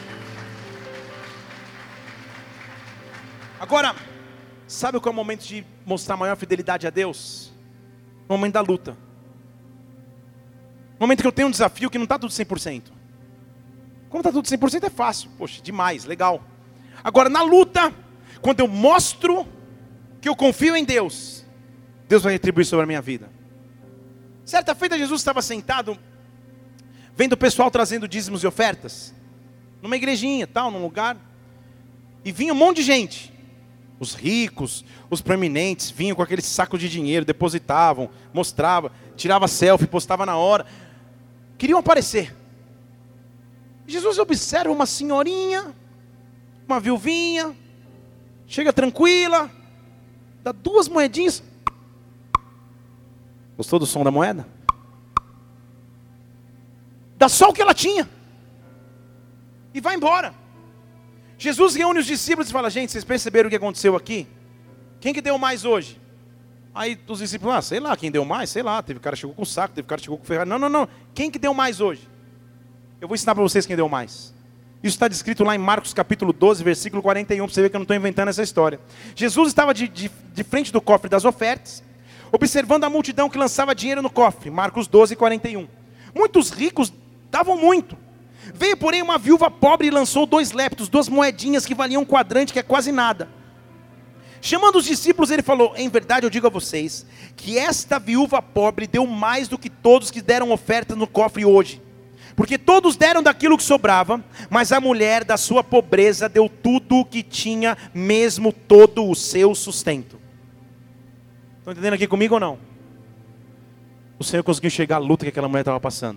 Agora, sabe qual é o momento de mostrar maior fidelidade a Deus? O momento da luta. O momento que eu tenho um desafio que não está tudo cem por cento. Quando está tudo cem por cento é fácil. Poxa, demais, legal. Agora, na luta, quando eu mostro que eu confio em Deus, Deus vai retribuir sobre a minha vida. Certa feita, Jesus estava sentado, vendo o pessoal trazendo dízimos e ofertas, numa igrejinha, tal, num lugar, e vinha um monte de gente, os ricos, os proeminentes, vinham com aquele saco de dinheiro, depositavam, mostravam, tirava selfie, postava na hora, queriam aparecer. Jesus observa uma senhorinha, uma viuvinha, chega tranquila, dá duas moedinhas. Gostou do som da moeda? Dá só o que ela tinha e vai embora. Jesus reúne os discípulos e fala: gente, vocês perceberam o que aconteceu aqui? Quem que deu mais hoje? Aí os discípulos, ah, sei lá, quem deu mais? Sei lá, teve cara que chegou com saco, teve cara que chegou com ferrari. Não, não, não, quem que deu mais hoje? Eu vou ensinar para vocês quem deu mais. Isso está descrito lá em Marcos capítulo doze, versículo quarenta e um, para você ver que eu não estou inventando essa história. Jesus estava de, de, de frente do cofre das ofertas, observando a multidão que lançava dinheiro no cofre. Marcos doze, quarenta e um. Muitos ricos davam muito. Veio, porém, uma viúva pobre e lançou dois leptos, duas moedinhas que valiam um quadrante, que é quase nada. Chamando os discípulos, ele falou: em verdade eu digo a vocês, que esta viúva pobre deu mais do que todos que deram oferta no cofre hoje. Porque todos deram daquilo que sobrava, mas a mulher da sua pobreza deu tudo o que tinha, mesmo todo o seu sustento. Estão entendendo aqui comigo ou não? O Senhor conseguiu enxergar a luta que aquela mulher estava passando.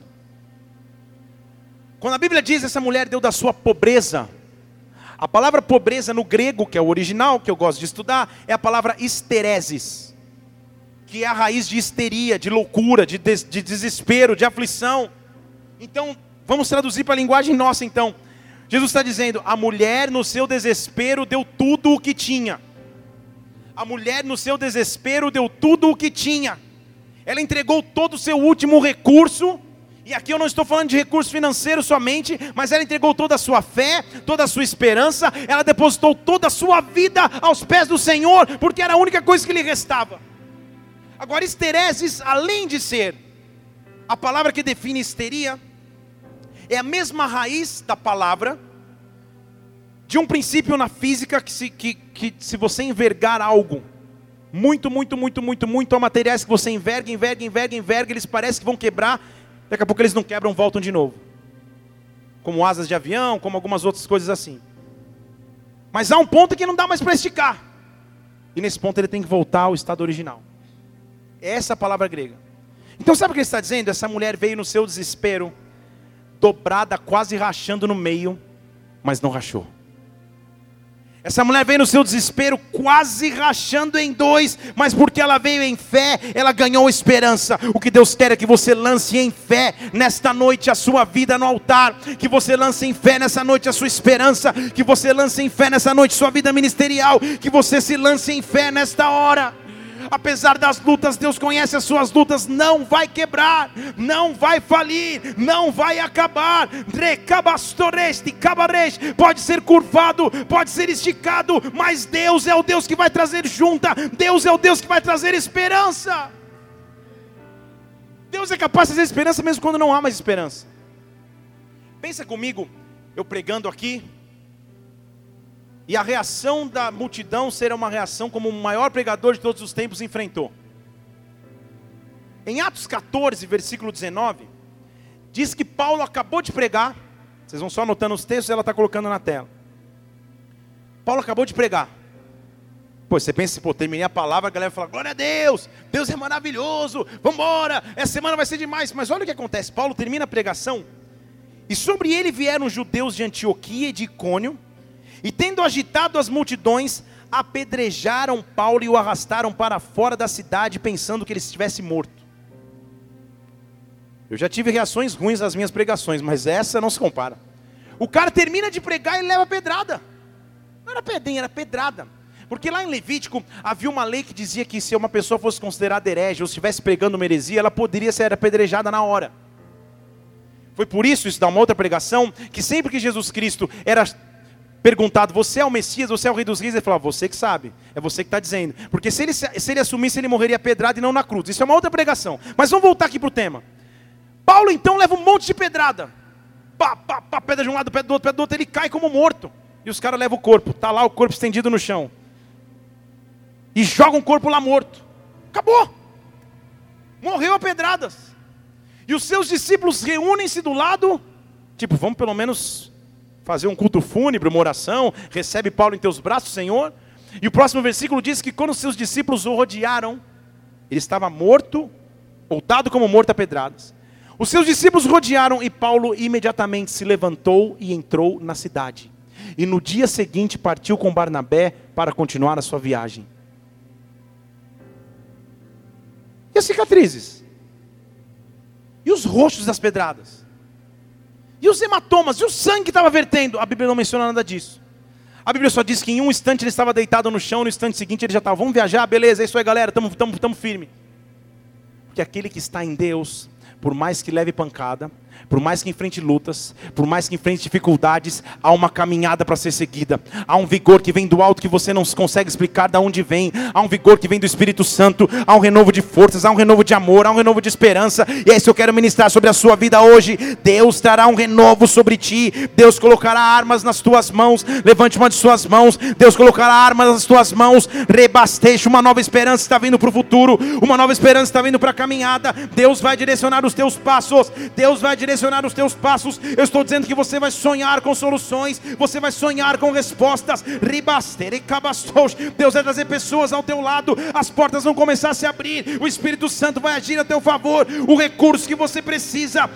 Quando a Bíblia diz essa mulher deu da sua pobreza, a palavra pobreza no grego, que é o original, que eu gosto de estudar, é a palavra histeresis, que é a raiz de histeria, de loucura, de, des, de desespero, de aflição. Então, vamos traduzir para a linguagem nossa então. Jesus está dizendo, a mulher no seu desespero deu tudo o que tinha. A mulher no seu desespero deu tudo o que tinha. Ela entregou todo o seu último recurso. E aqui eu não estou falando de recurso financeiro somente, mas ela entregou toda a sua fé, toda a sua esperança. Ela depositou toda a sua vida aos pés do Senhor, porque era a única coisa que lhe restava. Agora, histeresis, além de ser a palavra que define histeria, é a mesma raiz da palavra de um princípio na física que se, que, que se você envergar algo muito, muito, muito, muito, muito, há materiais que você enverga, enverga, enverga, enverga, eles parecem que vão quebrar, daqui a pouco eles não quebram, voltam de novo. Como asas de avião, como algumas outras coisas assim. Mas há um ponto que não dá mais para esticar. E nesse ponto ele tem que voltar ao estado original. Essa é a palavra grega. Então sabe o que ele está dizendo? Essa mulher veio no seu desespero, dobrada, quase rachando no meio, mas não rachou. Essa mulher veio no seu desespero, quase rachando em dois, mas porque ela veio em fé, ela ganhou esperança. O que Deus quer é que você lance em fé nesta noite a sua vida no altar, que você lance em fé nessa noite a sua esperança, que você lance em fé nessa noite a sua vida ministerial, que você se lance em fé nesta hora. Apesar das lutas, Deus conhece as suas lutas, não vai quebrar, não vai falir, não vai acabar. Pode ser curvado, pode ser esticado, mas Deus é o Deus que vai trazer junta, Deus é o Deus que vai trazer esperança. Deus é capaz de trazer esperança mesmo quando não há mais esperança. Pensa comigo, eu pregando aqui, e a reação da multidão será uma reação como o maior pregador de todos os tempos enfrentou. Em Atos catorze, versículo dezenove, diz que Paulo acabou de pregar. Vocês vão só anotando os textos, ela está colocando na tela. Paulo acabou de pregar. Pô, você pensa, pô, terminei a palavra, a galera fala, glória a Deus, Deus é maravilhoso, vamos embora, essa semana vai ser demais. Mas olha o que acontece, Paulo termina a pregação, e sobre ele vieram judeus de Antioquia e de Icônio, e tendo agitado as multidões, apedrejaram Paulo e o arrastaram para fora da cidade, pensando que ele estivesse morto. Eu já tive reações ruins às minhas pregações, mas essa não se compara. O cara termina de pregar e leva pedrada. Não era pedrinha, era pedrada. Porque lá em Levítico havia uma lei que dizia que se uma pessoa fosse considerada herege ou estivesse pregando uma heresia, ela poderia ser apedrejada na hora. Foi por isso, isso dá uma outra pregação, que sempre que Jesus Cristo era perguntado, você é o Messias, você é o Rei dos Reis, ele falava, você que sabe, é você que está dizendo. Porque se ele, se ele assumisse, ele morreria pedrado e não na cruz. Isso é uma outra pregação. Mas vamos voltar aqui para o tema. Paulo então leva um monte de pedrada. Pá, pá, pá, pedra de um lado, pedra do outro, pedra do outro, ele cai como morto. E os caras levam o corpo, está lá o corpo estendido no chão. E jogam o corpo lá morto. Acabou. Morreu a pedradas. E os seus discípulos reúnem-se do lado, tipo, vamos pelo menos fazer um culto fúnebre, uma oração, recebe Paulo em teus braços, Senhor. E o próximo versículo diz que quando os seus discípulos o rodearam, ele estava morto, ou dado como morto a pedradas. Os seus discípulos rodearam e Paulo imediatamente se levantou e entrou na cidade. E no dia seguinte partiu com Barnabé para continuar a sua viagem. E as cicatrizes? E os roxos das pedradas? E os hematomas? E o sangue que estava vertendo? A Bíblia não menciona nada disso. A Bíblia só diz que em um instante ele estava deitado no chão, no instante seguinte ele já estava, vamos viajar, beleza, é isso aí galera, estamos firmes. Porque aquele que está em Deus, por mais que leve pancada, Por mais que enfrente lutas, por mais que enfrente dificuldades, há uma caminhada para ser seguida. Há um vigor que vem do alto que você não consegue explicar de onde vem. Há um vigor que vem do Espírito Santo. Há um renovo de forças, há um renovo de amor, há um renovo de esperança. E é isso que eu quero ministrar sobre a sua vida hoje. Deus trará um renovo sobre ti. Deus colocará armas nas tuas mãos. Levante uma de suas mãos. Deus colocará armas nas tuas mãos. Rebasteja, uma nova esperança está vindo para o futuro. Uma nova esperança está vindo para a caminhada. Deus vai direcionar os teus passos. Deus vai direcionar os teus passos. Eu estou dizendo que você vai sonhar com soluções, você vai sonhar com respostas. Deus vai trazer pessoas ao teu lado, as portas vão começar a se abrir, o Espírito Santo vai agir a teu favor, o recurso que você precisa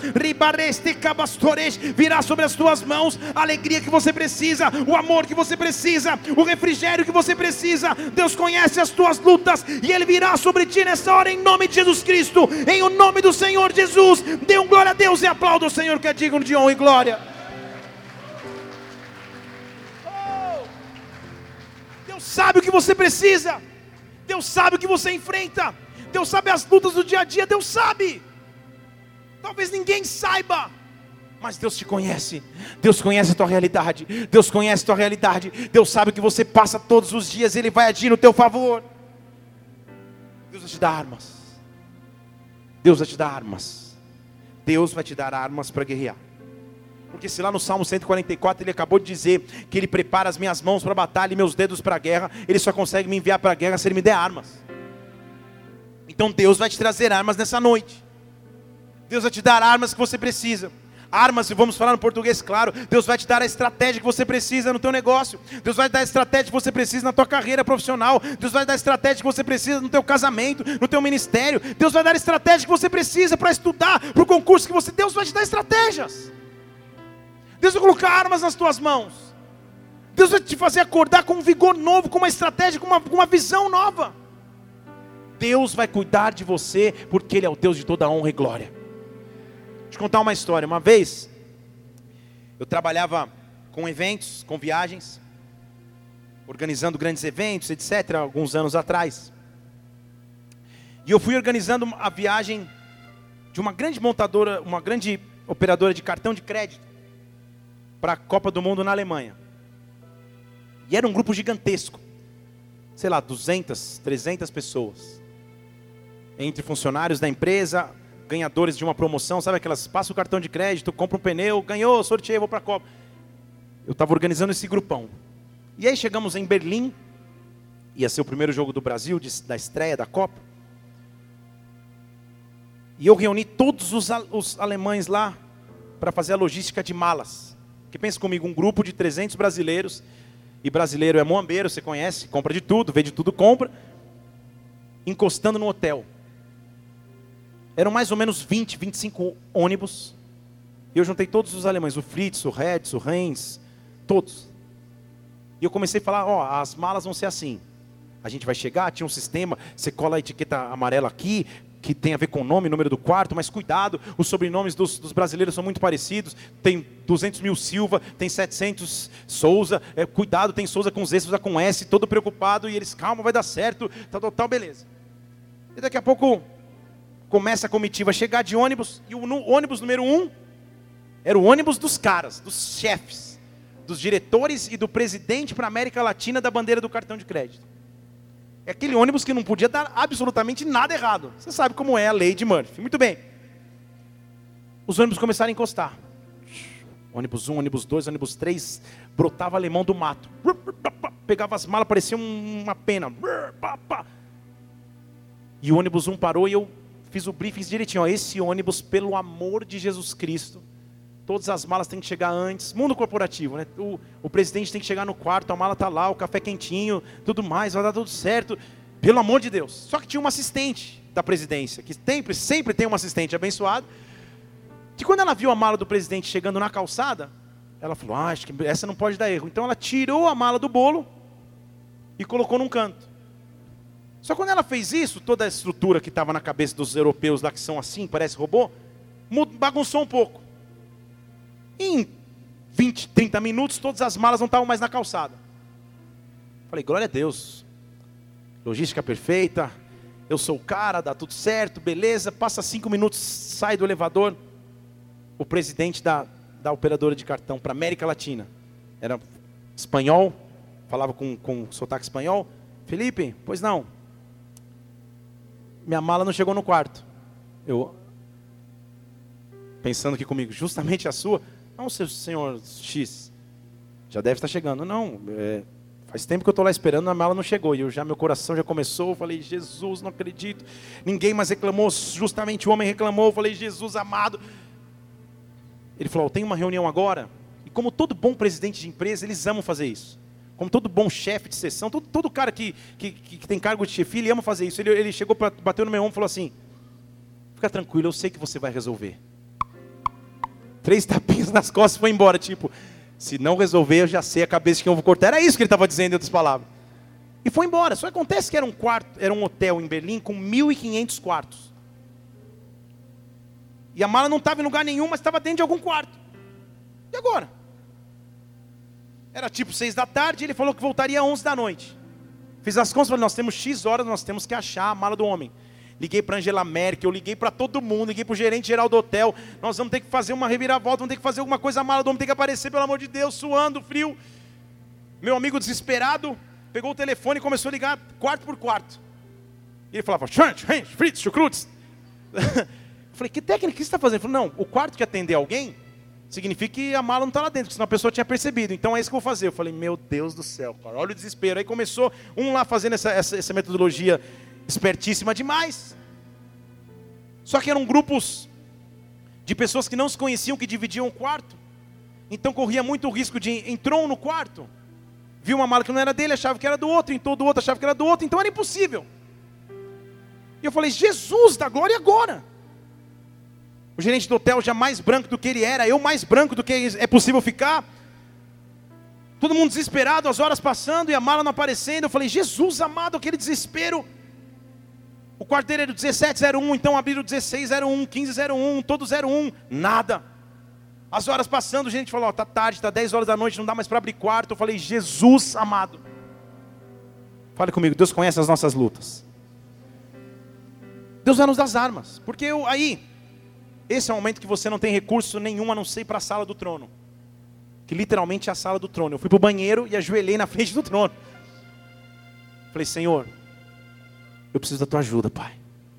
virá sobre as tuas mãos, a alegria que você precisa, o amor que você precisa, o refrigério que você precisa. Deus conhece as tuas lutas e Ele virá sobre ti nessa hora, em nome de Jesus Cristo, em o nome do Senhor Jesus. Dê um glória a Deus e aplauda do Senhor que é digno de honra e glória. Oh, Deus sabe o que você precisa. Deus sabe o que você enfrenta. Deus sabe as lutas do dia a dia. Deus sabe. Talvez ninguém saiba, mas Deus te conhece. Deus conhece a tua realidade. Deus conhece a tua realidade. Deus sabe o que você passa todos os dias. Ele vai agir no teu favor. Deus vai te dar armas. Deus vai te dar armas. Deus vai te dar armas para guerrear. Porque se lá no Salmo cento e quarenta e quatro Ele acabou de dizer que Ele prepara as minhas mãos para a batalha e meus dedos para a guerra, Ele só consegue me enviar para a guerra se Ele me der armas. Então Deus vai te trazer armas nessa noite. Deus vai te dar armas que você precisa. Armas, e vamos falar no português claro. Deus vai te dar a estratégia que você precisa no teu negócio. Deus vai te dar a estratégia que você precisa na tua carreira profissional. Deus vai te dar a estratégia que você precisa no teu casamento, no teu ministério. Deus vai dar a estratégia que você precisa para estudar, para o concurso que você... Deus vai te dar estratégias. Deus vai colocar armas nas tuas mãos. Deus vai te fazer acordar com um vigor novo, com uma estratégia, com uma, com uma visão nova. Deus vai cuidar de você, porque Ele é o Deus de toda honra e glória. Deixa eu contar uma história. Uma vez, eu trabalhava com eventos, com viagens, organizando grandes eventos, etcétera, alguns anos atrás. E eu fui organizando a viagem de uma grande montadora, uma grande operadora de cartão de crédito, para a Copa do Mundo na Alemanha. E era um grupo gigantesco. Sei lá, duzentas, trezentas pessoas. Entre funcionários da empresa, ganhadores de uma promoção, sabe aquelas, passa o cartão de crédito, compra um pneu, ganhou, sorteio, vou para a Copa. Eu estava organizando esse grupão. E aí chegamos em Berlim, ia ser o primeiro jogo do Brasil, de, da estreia da Copa. E eu reuni todos os, os alemães lá, para fazer a logística de malas. Porque pensa comigo, um grupo de trezentos brasileiros, e brasileiro é moambeiro, você conhece, compra de tudo, vê de tudo, compra, encostando no hotel. Eram mais ou menos vinte, vinte e cinco ônibus. E eu juntei todos os alemães, o Fritz, o Hertz, o Heinz, todos. E eu comecei a falar, ó, as malas vão ser assim. A gente vai chegar, tinha um sistema, você cola a etiqueta amarela aqui, que tem a ver com o nome, número do quarto, mas cuidado, os sobrenomes dos, dos brasileiros são muito parecidos. Tem duzentos mil Silva, tem setecentos Souza, é, cuidado, tem Souza com Z, Souza com S, todo preocupado, e eles, calma, vai dar certo, tal, tal, tal, beleza. E daqui a pouco começa a comitiva a chegar de ônibus, e o no, ônibus número um era o ônibus dos caras, dos chefes, dos diretores e do presidente para a América Latina da bandeira do cartão de crédito. É aquele ônibus que não podia dar absolutamente nada errado. Você sabe como é a lei de Murphy. Muito bem. Os ônibus começaram a encostar. Ônibus um, ônibus dois, ônibus três, brotava alemão do mato. Pegava as malas, parecia uma pena. E o ônibus um parou e eu fiz o briefing direitinho. Ó, esse ônibus, pelo amor de Jesus Cristo, todas as malas têm que chegar antes. Mundo corporativo, né? O, o presidente tem que chegar no quarto, a mala está lá, o café quentinho, tudo mais, vai dar tudo certo. Pelo amor de Deus. Só que tinha uma assistente da presidência, que sempre, sempre tem uma assistente abençoada, que quando ela viu a mala do presidente chegando na calçada, ela falou, ah, acho que essa não pode dar erro. Então ela tirou a mala do bolo e colocou num canto. Só que quando ela fez isso, toda a estrutura que estava na cabeça dos europeus lá, que são assim, parece robô, bagunçou um pouco. Em vinte, trinta minutos, todas as malas não estavam mais na calçada. Falei, glória a Deus. Logística perfeita. Eu sou o cara, dá tudo certo, beleza. Passa cinco minutos, sai do elevador. o presidente da, da operadora de cartão para América Latina. Era espanhol, falava com, com sotaque espanhol. Felipe, pois não. Minha mala não chegou no quarto. Eu, pensando aqui comigo, justamente a sua. Não, senhor X, já deve estar chegando. Não, é, faz tempo que eu estou lá esperando, a mala não chegou. E eu já, meu coração já começou, eu falei, Jesus, não acredito. Ninguém mais reclamou, justamente o homem reclamou. Eu falei, Jesus amado. Ele falou, tem uma reunião agora. E como todo bom presidente de empresa, eles amam fazer isso. Como todo bom chefe de sessão, todo, todo cara que, que, que tem cargo de chefia, ele ama fazer isso. Ele, ele chegou, pra, bateu no meu ombro e falou assim, fica tranquilo, eu sei que você vai resolver. Três tapinhas nas costas e foi embora, tipo, se não resolver, eu já sei a cabeça de quem eu vou cortar. Era isso que ele estava dizendo, em outras palavras. E foi embora. Só acontece que era um quarto, era um hotel em Berlim com mil e quinhentos quartos. E a mala não estava em lugar nenhum, mas estava dentro de algum quarto. E agora? Era tipo seis da tarde, ele falou que voltaria às onze da noite. Fiz as contas, falei, nós temos X horas, nós temos que achar a mala do homem. Liguei para Angela Merkel, liguei para todo mundo, liguei para o gerente geral do hotel. Nós vamos ter que fazer uma reviravolta, vamos ter que fazer alguma coisa, a mala do homem tem que aparecer, pelo amor de Deus, suando, frio. Meu amigo desesperado, pegou o telefone e começou a ligar quarto por quarto. E ele falava, Schantz, Heinz, Fritz, Chucrutz. Eu falei, que técnica que você está fazendo? Ele falou, não, o quarto que atender alguém, significa que a mala não está lá dentro, senão a pessoa tinha percebido. Então é isso que eu vou fazer. Eu falei, meu Deus do céu, cara, olha o desespero. Aí começou um lá fazendo essa, essa, essa metodologia espertíssima demais. Só que eram grupos de pessoas que não se conheciam, que dividiam o quarto. Então corria muito risco de, entrou um no quarto, viu uma mala que não era dele, achava que era do outro, entrou do outro, achava que era do outro, então era impossível. E eu falei, Jesus da glória, agora? O gerente do hotel já mais branco do que ele era, eu mais branco do que é possível ficar. Todo mundo desesperado, as horas passando e a mala não aparecendo. Eu falei, Jesus amado, aquele desespero. O quarto dele era o dezessete zero um, então abriram o dezesseis zero um, quinze zero um, todo zero um, nada. As horas passando, a gente falou, ó, tá tarde, tá dez horas da noite, não dá mais para abrir quarto. Eu falei, Jesus amado. Fale comigo, Deus conhece as nossas lutas. Deus vai nos dar as armas, porque eu, aí... Esse é o momento que você não tem recurso nenhum a não ser ir para a sala do trono. Que literalmente é a sala do trono. Eu fui para o banheiro e ajoelhei na frente do trono. Falei, Senhor, eu preciso da tua ajuda, Pai.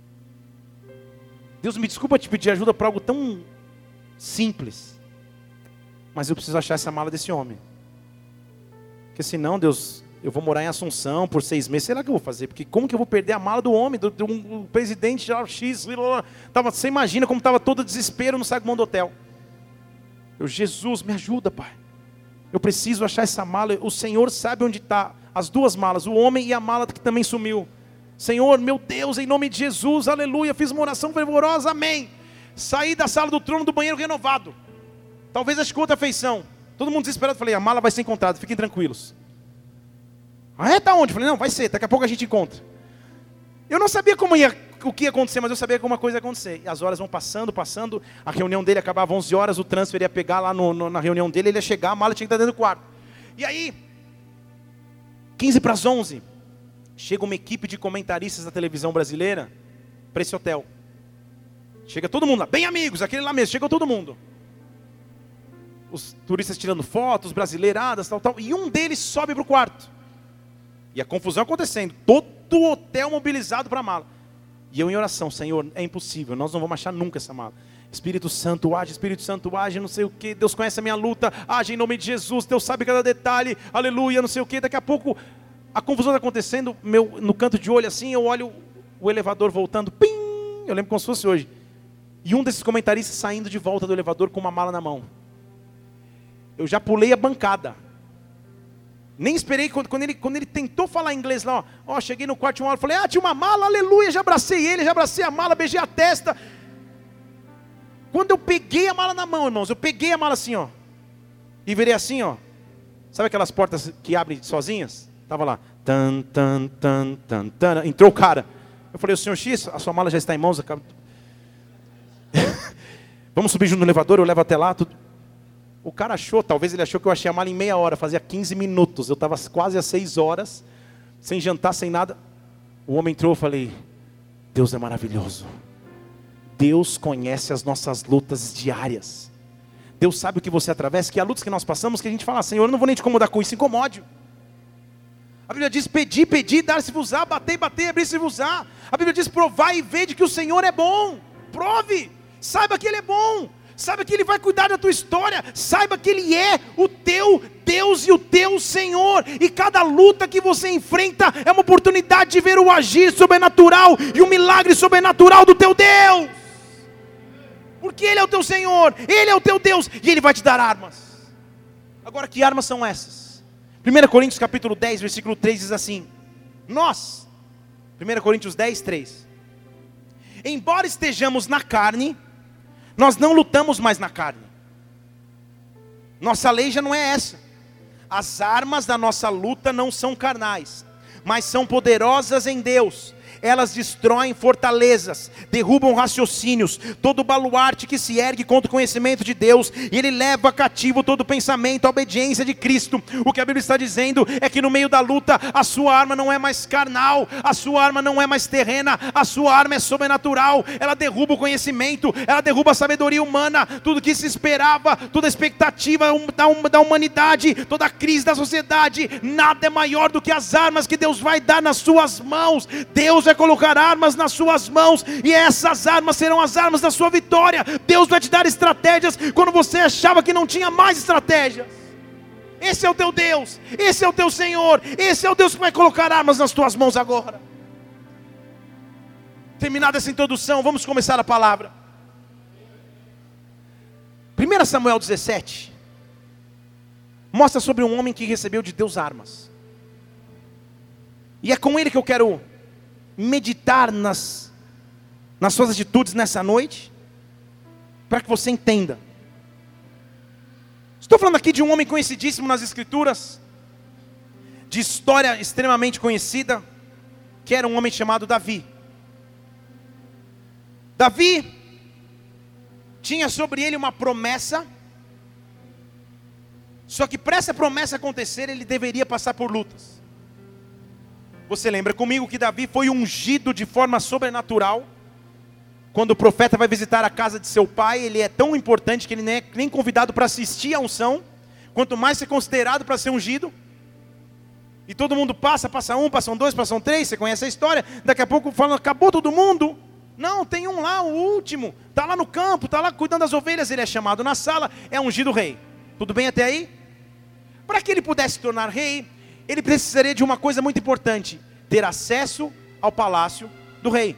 Deus, me desculpa te pedir ajuda para algo tão simples. Mas eu preciso achar essa mala desse homem. Porque senão, Deus, eu vou morar em Assunção por seis meses. Sei lá o que eu vou fazer. Porque como que eu vou perder a mala do homem, do, do, do presidente geral X. Tava, você imagina como estava todo o desespero no saguão do hotel. Eu, Jesus, me ajuda, Pai. Eu preciso achar essa mala. O Senhor sabe onde está. As duas malas, o homem e a mala que também sumiu. Senhor, meu Deus, em nome de Jesus, aleluia. Fiz uma oração fervorosa, amém. Saí da sala do trono, do banheiro renovado. Talvez acho que outra feição. Todo mundo desesperado. Falei, a mala vai ser encontrada, fiquem tranquilos. Ah, é? Tá onde? Falei, não, vai ser, daqui a pouco a gente encontra. Eu não sabia como ia, o que ia acontecer, mas eu sabia que alguma coisa ia acontecer. E as horas vão passando, passando, a reunião dele acabava onze horas, o transfer ia pegar lá no, no, na reunião dele, ele ia chegar, a mala tinha que estar dentro do quarto. E aí, quinze para as onze, chega uma equipe de comentaristas da televisão brasileira para esse hotel. Chega todo mundo lá, bem amigos, aquele lá mesmo, chegou todo mundo. Os turistas tirando fotos, brasileiradas, tal, tal, e um deles sobe para o quarto. E a confusão acontecendo, todo o hotel mobilizado para a mala. E eu em oração, Senhor, é impossível, nós não vamos achar nunca essa mala. Espírito Santo age, Espírito Santo age, não sei o que, Deus conhece a minha luta, age em nome de Jesus, Deus sabe cada detalhe, aleluia, não sei o que. Daqui a pouco, a confusão está acontecendo, meu, no canto de olho assim, eu olho o elevador voltando, pim, eu lembro como se fosse hoje. E um desses comentaristas saindo de volta do elevador com uma mala na mão. Eu já pulei a bancada. Nem esperei, quando, quando, ele, quando ele tentou falar inglês lá, ó, ó, cheguei no quarto de uma hora, falei, ah, tinha uma mala, aleluia, já abracei ele, já abracei a mala, beijei a testa. Quando eu peguei a mala na mão, irmãos, eu peguei a mala assim, ó, e virei assim, ó, sabe aquelas portas que abrem sozinhas? Tava lá, tan, tan, tan, tan, tan, entrou o cara. Eu falei, o senhor X, a sua mala já está em mãos, acaba... vamos subir junto no elevador, eu levo até lá, tudo. O cara achou, talvez ele achou que eu achei a mala em meia hora, fazia quinze minutos, eu estava quase às seis horas, sem jantar, sem nada. O homem entrou, eu falei, Deus é maravilhoso. Deus conhece as nossas lutas diárias. Deus sabe o que você atravessa, que há lutas que nós passamos, que a gente fala, Senhor, eu não vou nem te incomodar com isso, incomode. A Bíblia diz, pedi, pedi, dar-se-vos-á, batei, batei, abrir-se-vos-á. A Bíblia diz, provai e vede que o Senhor é bom. Prove, saiba que Ele é bom, saiba que Ele vai cuidar da tua história, saiba que Ele é o teu Deus e o teu Senhor. E cada luta que você enfrenta é uma oportunidade de ver o agir sobrenatural e o milagre sobrenatural do teu Deus. Porque Ele é o teu Senhor, Ele é o teu Deus, e Ele vai te dar armas. Agora, que armas são essas? primeira Coríntios capítulo dez, versículo três diz assim: nós, primeira Coríntios dez, três, embora estejamos na carne, nós não lutamos mais na carne. Nossa lei já não é essa. As armas da nossa luta não são carnais, mas são poderosas em Deus. Elas destroem fortalezas, derrubam raciocínios, todo baluarte que se ergue contra o conhecimento de Deus, e Ele leva cativo todo pensamento à obediência de Cristo. O que a Bíblia está dizendo é que no meio da luta, a sua arma não é mais carnal, a sua arma não é mais terrena, a sua arma é sobrenatural. Ela derruba o conhecimento, ela derruba a sabedoria humana, tudo que se esperava, toda a expectativa da humanidade, toda a crise da sociedade. Nada é maior do que as armas que Deus vai dar nas suas mãos. Deus vai colocar armas nas suas mãos, e essas armas serão as armas da sua vitória. Deus vai te dar estratégias quando você achava que não tinha mais estratégias. Esse é o teu Deus, esse é o teu Senhor, esse é o Deus que vai colocar armas nas tuas mãos agora. Terminada essa introdução, vamos começar a palavra. primeira Samuel dezessete mostra sobre um homem que recebeu de Deus armas, e é com ele que eu quero meditar nas, nas suas atitudes nessa noite, para que você entenda. Estou falando aqui de um homem conhecidíssimo nas Escrituras, de história extremamente conhecida, que era um homem chamado Davi. Davi tinha sobre ele uma promessa, só que para essa promessa acontecer, ele deveria passar por lutas. Você lembra comigo que Davi foi ungido de forma sobrenatural? Quando o profeta vai visitar a casa de seu pai, ele é tão importante que ele nem é nem convidado para assistir à unção, quanto mais ser considerado para ser ungido. E todo mundo passa, passa um, passam dois, passam três, você conhece a história. Daqui a pouco falam, acabou todo mundo. Não, tem um lá, o último, está lá no campo, está lá cuidando das ovelhas. Ele é chamado na sala, é ungido rei. Tudo bem até aí? Para que ele pudesse se tornar rei, ele precisaria de uma coisa muito importante: ter acesso ao palácio do rei.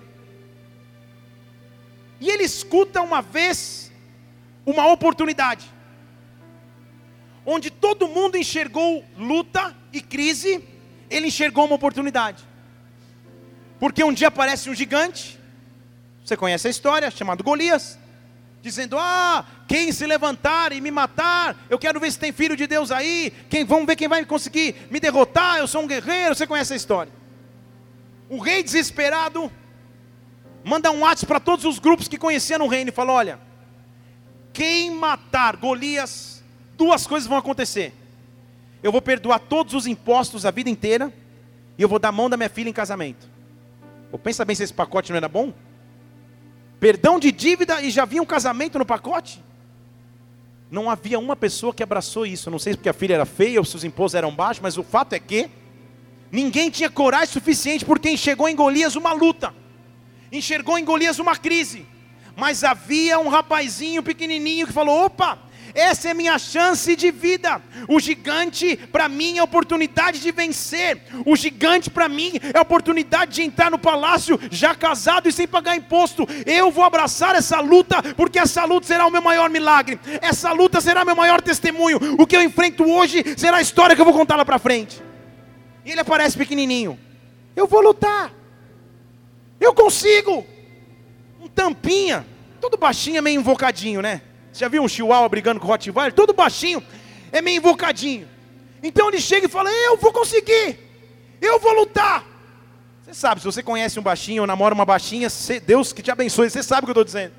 E ele escuta uma vez uma oportunidade, onde todo mundo enxergou luta e crise, ele enxergou uma oportunidade. Porque um dia aparece um gigante, você conhece a história, chamado Golias, dizendo, ah, quem se levantar e me matar, eu quero ver se tem filho de Deus aí, quem, vamos ver quem vai conseguir me derrotar, eu sou um guerreiro. Você conhece a história. O rei desesperado manda um WhatsApp para todos os grupos que conheciam o reino e fala, olha, quem matar Golias, duas coisas vão acontecer: eu vou perdoar todos os impostos a vida inteira, e eu vou dar a mão da minha filha em casamento. Pô, pensa bem se esse pacote não era bom. Perdão de dívida e já vinha um casamento no pacote. Não havia uma pessoa que abraçou isso. Não sei se porque a filha era feia ou se os impostos eram baixos, mas o fato é que ninguém tinha coragem suficiente, porque enxergou em Golias uma luta, enxergou em Golias uma crise. Mas havia um rapazinho pequenininho que falou, opa, essa é a minha chance de vida. O gigante para mim é a oportunidade de vencer. O gigante para mim é a oportunidade de entrar no palácio já casado e sem pagar imposto. Eu vou abraçar essa luta, porque essa luta será o meu maior milagre. Essa luta será meu maior testemunho. O que eu enfrento hoje será a história que eu vou contar lá para frente. E ele aparece pequenininho. Eu vou lutar. Eu consigo. Um tampinha, todo baixinho, meio invocadinho, né? Você já viu um chihuahua brigando com o Rottweiler? Todo baixinho, é meio invocadinho. Então ele chega e fala, eu vou conseguir, eu vou lutar. Você sabe, se você conhece um baixinho ou namora uma baixinha, Deus que te abençoe, você sabe o que eu estou dizendo.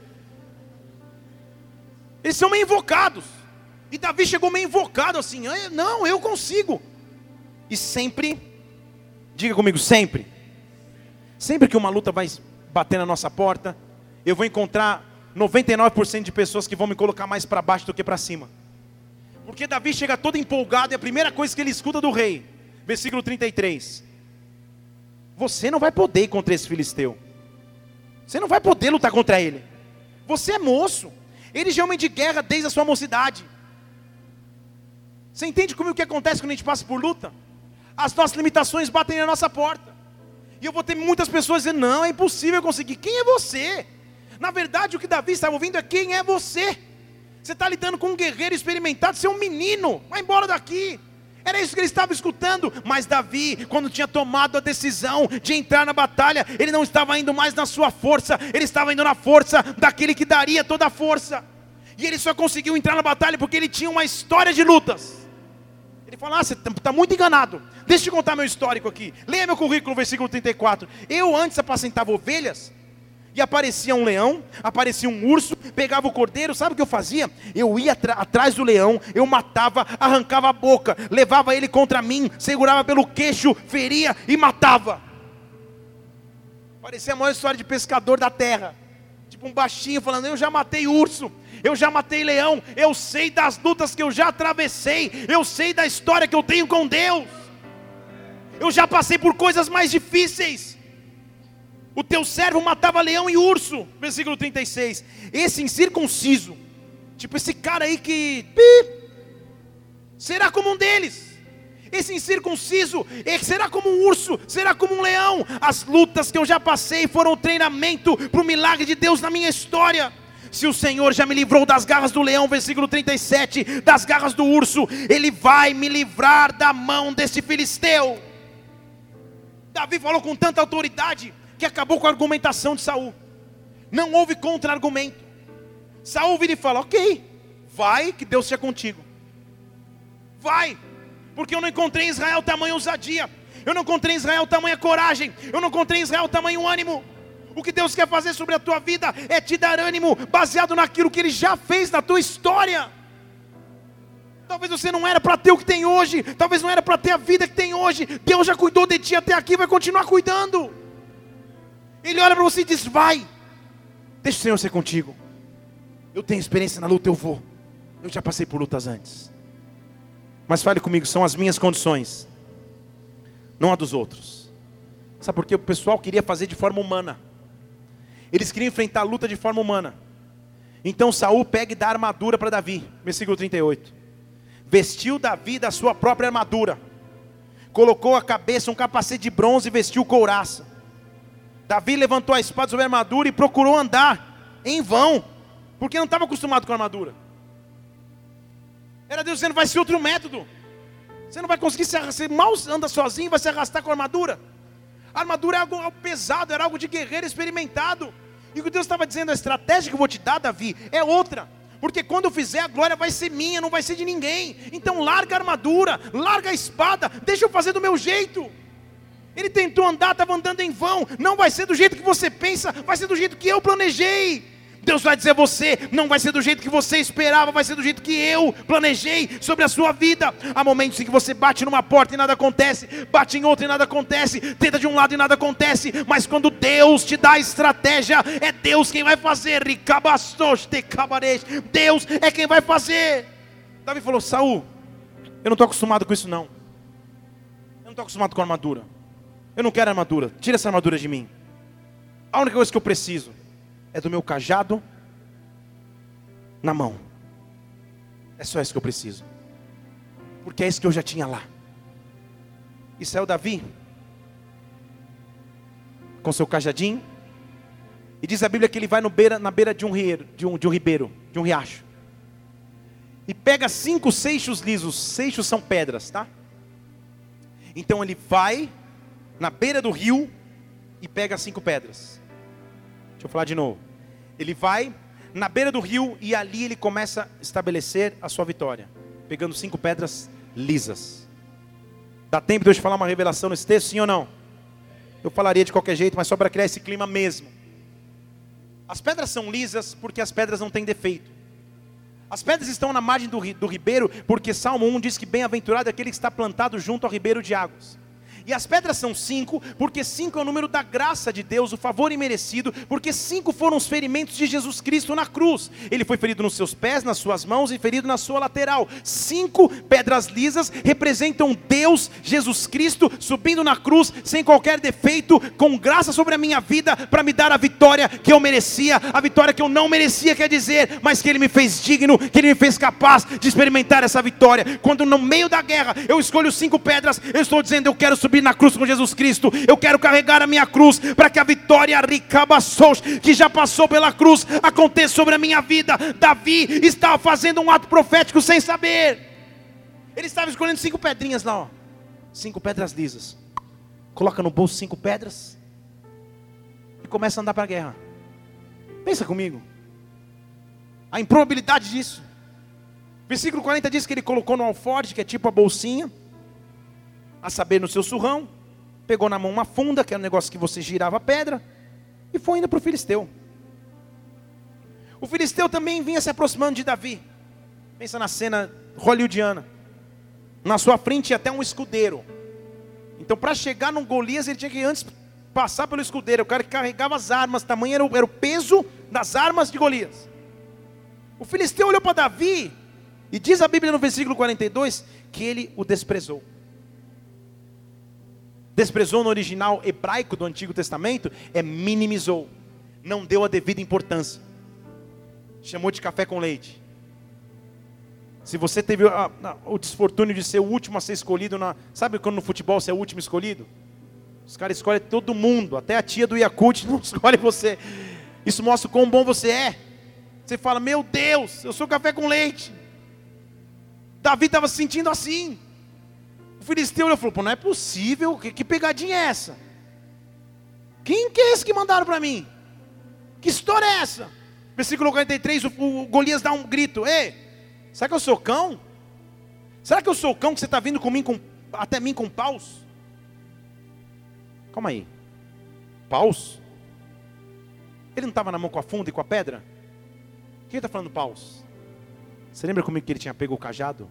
Eles são meio invocados. E Davi chegou meio invocado assim, não, eu consigo. E sempre, diga comigo, sempre. Sempre que uma luta vai bater na nossa porta, eu vou encontrar noventa e nove por cento de pessoas que vão me colocar mais para baixo do que para cima. Porque Davi chega todo empolgado e a primeira coisa que ele escuta do rei, versículo trinta e três: você não vai poder ir contra esse filisteu. Você não vai poder lutar contra ele. Você é moço. Ele já é homem de guerra desde a sua mocidade. Você entende como o que acontece quando a gente passa por luta? As nossas limitações batem na nossa porta. E eu vou ter muitas pessoas dizendo: não, é impossível conseguir. Quem é você? Na verdade, o que Davi estava ouvindo é: quem é você? Você está lidando com um guerreiro experimentado, você é um menino, vai embora daqui. Era isso que ele estava escutando. Mas Davi, quando tinha tomado a decisão de entrar na batalha, ele não estava indo mais na sua força, ele estava indo na força daquele que daria toda a força. E ele só conseguiu entrar na batalha porque ele tinha uma história de lutas. Ele fala: ah, você está muito enganado. Deixa eu te contar meu histórico aqui. Leia meu currículo, versículo trinta e quatro. Eu antes apacentava ovelhas, e aparecia um leão, aparecia um urso, pegava o cordeiro. Sabe o que eu fazia? Eu ia atrás do leão, eu matava, arrancava a boca, levava ele contra mim, segurava pelo queixo, feria e matava. Parecia a maior história de pescador da terra. Tipo um baixinho falando: eu já matei urso, eu já matei leão, eu sei das lutas que eu já atravessei, eu sei da história que eu tenho com Deus, eu já passei por coisas mais difíceis. O teu servo matava leão e urso, versículo trinta e seis. Esse incircunciso, tipo esse cara aí que pi, será como um deles. Esse incircunciso será como um urso, será como um leão. As lutas que eu já passei foram treinamento para o milagre de Deus na minha história. Se o Senhor já me livrou das garras do leão, versículo trinta e sete, das garras do urso, Ele vai me livrar da mão desse filisteu. Davi falou com tanta autoridade que acabou com a argumentação de Saul. Não houve contra-argumento. Saul vira e fala: ok, vai, que Deus seja contigo. Vai, porque eu não encontrei em Israel tamanha ousadia, eu não encontrei em Israel tamanha coragem, eu não encontrei em Israel tamanho ânimo. O que Deus quer fazer sobre a tua vida é te dar ânimo, baseado naquilo que Ele já fez na tua história. Talvez você não era para ter o que tem hoje, talvez não era para ter a vida que tem hoje. Deus já cuidou de ti até aqui, vai continuar cuidando. Ele olha para você e diz: vai, deixa o Senhor ser contigo. Eu tenho experiência na luta, eu vou. Eu já passei por lutas antes. Mas fale comigo, são as minhas condições, não a dos outros. Sabe por quê? O pessoal queria fazer de forma humana. Eles queriam enfrentar a luta de forma humana. Então Saul pega e dá armadura para Davi, versículo trinta e oito. Vestiu Davi da sua própria armadura, colocou a cabeça um capacete de bronze e vestiu couraça. Davi levantou a espada sobre a armadura e procurou andar em vão, porque não estava acostumado com a armadura. Era Deus dizendo: vai ser outro método. Você não vai conseguir, se você mal anda sozinho, vai se arrastar com a armadura. A armadura é algo, algo pesado, era algo de guerreiro experimentado. E o que Deus estava dizendo: a estratégia que eu vou te dar, Davi, é outra. Porque quando eu fizer, a glória vai ser minha, não vai ser de ninguém. Então larga a armadura, larga a espada, deixa eu fazer do meu jeito. Ele tentou andar, estava andando em vão. Não vai ser do jeito que você pensa, vai ser do jeito que eu planejei. Deus vai dizer a você: não vai ser do jeito que você esperava, vai ser do jeito que eu planejei sobre a sua vida. Há momentos em que você bate numa porta e nada acontece, bate em outra e nada acontece, tenta de um lado e nada acontece. Mas quando Deus te dá a estratégia, é Deus quem vai fazer. Deus é quem vai fazer. Davi falou: Saul, eu não estou acostumado com isso não. Eu não estou acostumado com armadura. Eu não quero armadura, tira essa armadura de mim. A única coisa que eu preciso é do meu cajado na mão. É só isso que eu preciso, porque é isso que eu já tinha lá. E saiu Davi com seu cajadinho, e diz a Bíblia que ele vai no beira, na beira de um, rio, de, um, de um ribeiro, de um riacho, e pega cinco seixos lisos. Seixos são pedras, tá? Então ele vai na beira do rio e pega cinco pedras. Deixa eu falar de novo. Ele vai na beira do rio e ali ele começa a estabelecer a sua vitória, pegando cinco pedras lisas. Dá tempo de eu te falar uma revelação nesse texto, sim ou não? Eu falaria de qualquer jeito, mas só para criar esse clima mesmo. As pedras são lisas porque as pedras não têm defeito. As pedras estão na margem do, ri, do ribeiro porque Salmo um diz que bem-aventurado é aquele que está plantado junto ao ribeiro de águas. E as pedras são cinco, porque cinco é o número da graça de Deus, o favor imerecido, porque cinco foram os ferimentos de Jesus Cristo na cruz. Ele foi ferido nos seus pés, nas suas mãos e ferido na sua lateral. Cinco pedras lisas representam Deus, Jesus Cristo, subindo na cruz, sem qualquer defeito, com graça sobre a minha vida, para me dar a vitória que eu merecia, a vitória que eu não merecia, quer dizer, mas que Ele me fez digno, que Ele me fez capaz de experimentar essa vitória. Quando no meio da guerra eu escolho cinco pedras, eu estou dizendo, eu quero subir na cruz com Jesus Cristo, eu quero carregar a minha cruz, para que a vitória que já passou pela cruz, aconteça sobre a minha vida. Davi estava fazendo um ato profético sem saber, ele estava escolhendo cinco pedrinhas lá, ó. Cinco pedras lisas, coloca no bolso cinco pedras, e começa a andar para a guerra. Pensa comigo, a improbabilidade disso. Versículo quarenta diz que ele colocou no alforje, que é tipo a bolsinha, a saber, no seu surrão, pegou na mão uma funda, que era um negócio que você girava a pedra, e foi indo para o filisteu. O filisteu também vinha se aproximando de Davi. Pensa na cena hollywoodiana. Na sua frente tinha até um escudeiro. Então, para chegar no Golias, ele tinha que antes passar pelo escudeiro. O cara que carregava as armas, tamanho era o, era o peso das armas de Golias. O filisteu olhou para Davi, e diz a Bíblia no versículo quarenta e dois, que ele o desprezou. Desprezou no original hebraico do Antigo Testamento é minimizou, não deu a devida importância, chamou de café com leite. Se você teve a, a, o desfortúnio de ser o último a ser escolhido, na, sabe quando no futebol você é o último escolhido? Os caras escolhem todo mundo, até a tia do Yakult não escolhe você. Isso mostra o quão bom você é. Você fala, meu Deus, eu sou café com leite. Davi estava se sentindo assim. O filisteu falou, pô, não é possível, que, que pegadinha é essa? Quem que é esse que mandaram para mim? Que história é essa? Versículo quarenta e três, o, o Golias dá um grito, ei, será que eu sou cão? Será que eu sou cão que você está vindo comigo, com, até mim com paus? Calma aí, paus? Ele não estava na mão com a funda e com a pedra? Quem está falando paus? Você lembra comigo que ele tinha pego o cajado?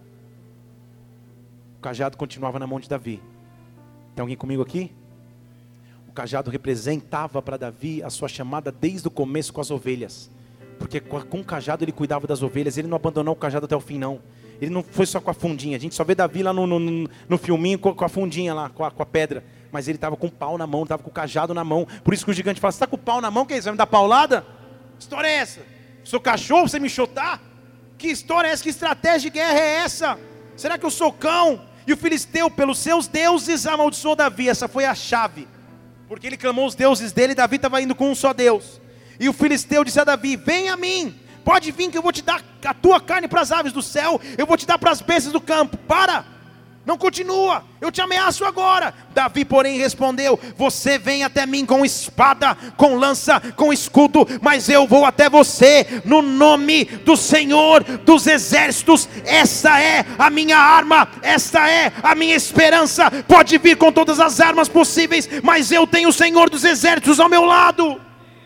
O cajado continuava na mão de Davi. Tem alguém comigo aqui? O cajado representava para Davi a sua chamada desde o começo com as ovelhas. Porque com o cajado ele cuidava das ovelhas. Ele não abandonou o cajado até o fim, não. Ele não foi só com a fundinha. A gente só vê Davi lá no, no, no filminho com, com a fundinha lá, com a, com a pedra. Mas ele estava com o pau na mão, estava com o cajado na mão. Por isso que o gigante fala, você está com o pau na mão, que é isso? Vai me dar paulada? Que história é essa? Sou cachorro, você me enxotar? Que história é essa? Que estratégia de guerra é essa? Será que eu sou cão? E o filisteu, pelos seus deuses, amaldiçoou Davi. Essa foi a chave. Porque ele clamou os deuses dele, e Davi estava indo com um só Deus. E o filisteu disse a Davi, vem a mim, pode vir que eu vou te dar a tua carne para as aves do céu, eu vou te dar para as bestas do campo. Para, não continua, eu te ameaço agora. Davi porém respondeu, você vem até mim com espada, com lança, com escudo, mas eu vou até você no nome do Senhor dos exércitos. Essa é a minha arma, esta é a minha esperança. Pode vir com todas as armas possíveis, mas eu tenho o Senhor dos exércitos ao meu lado,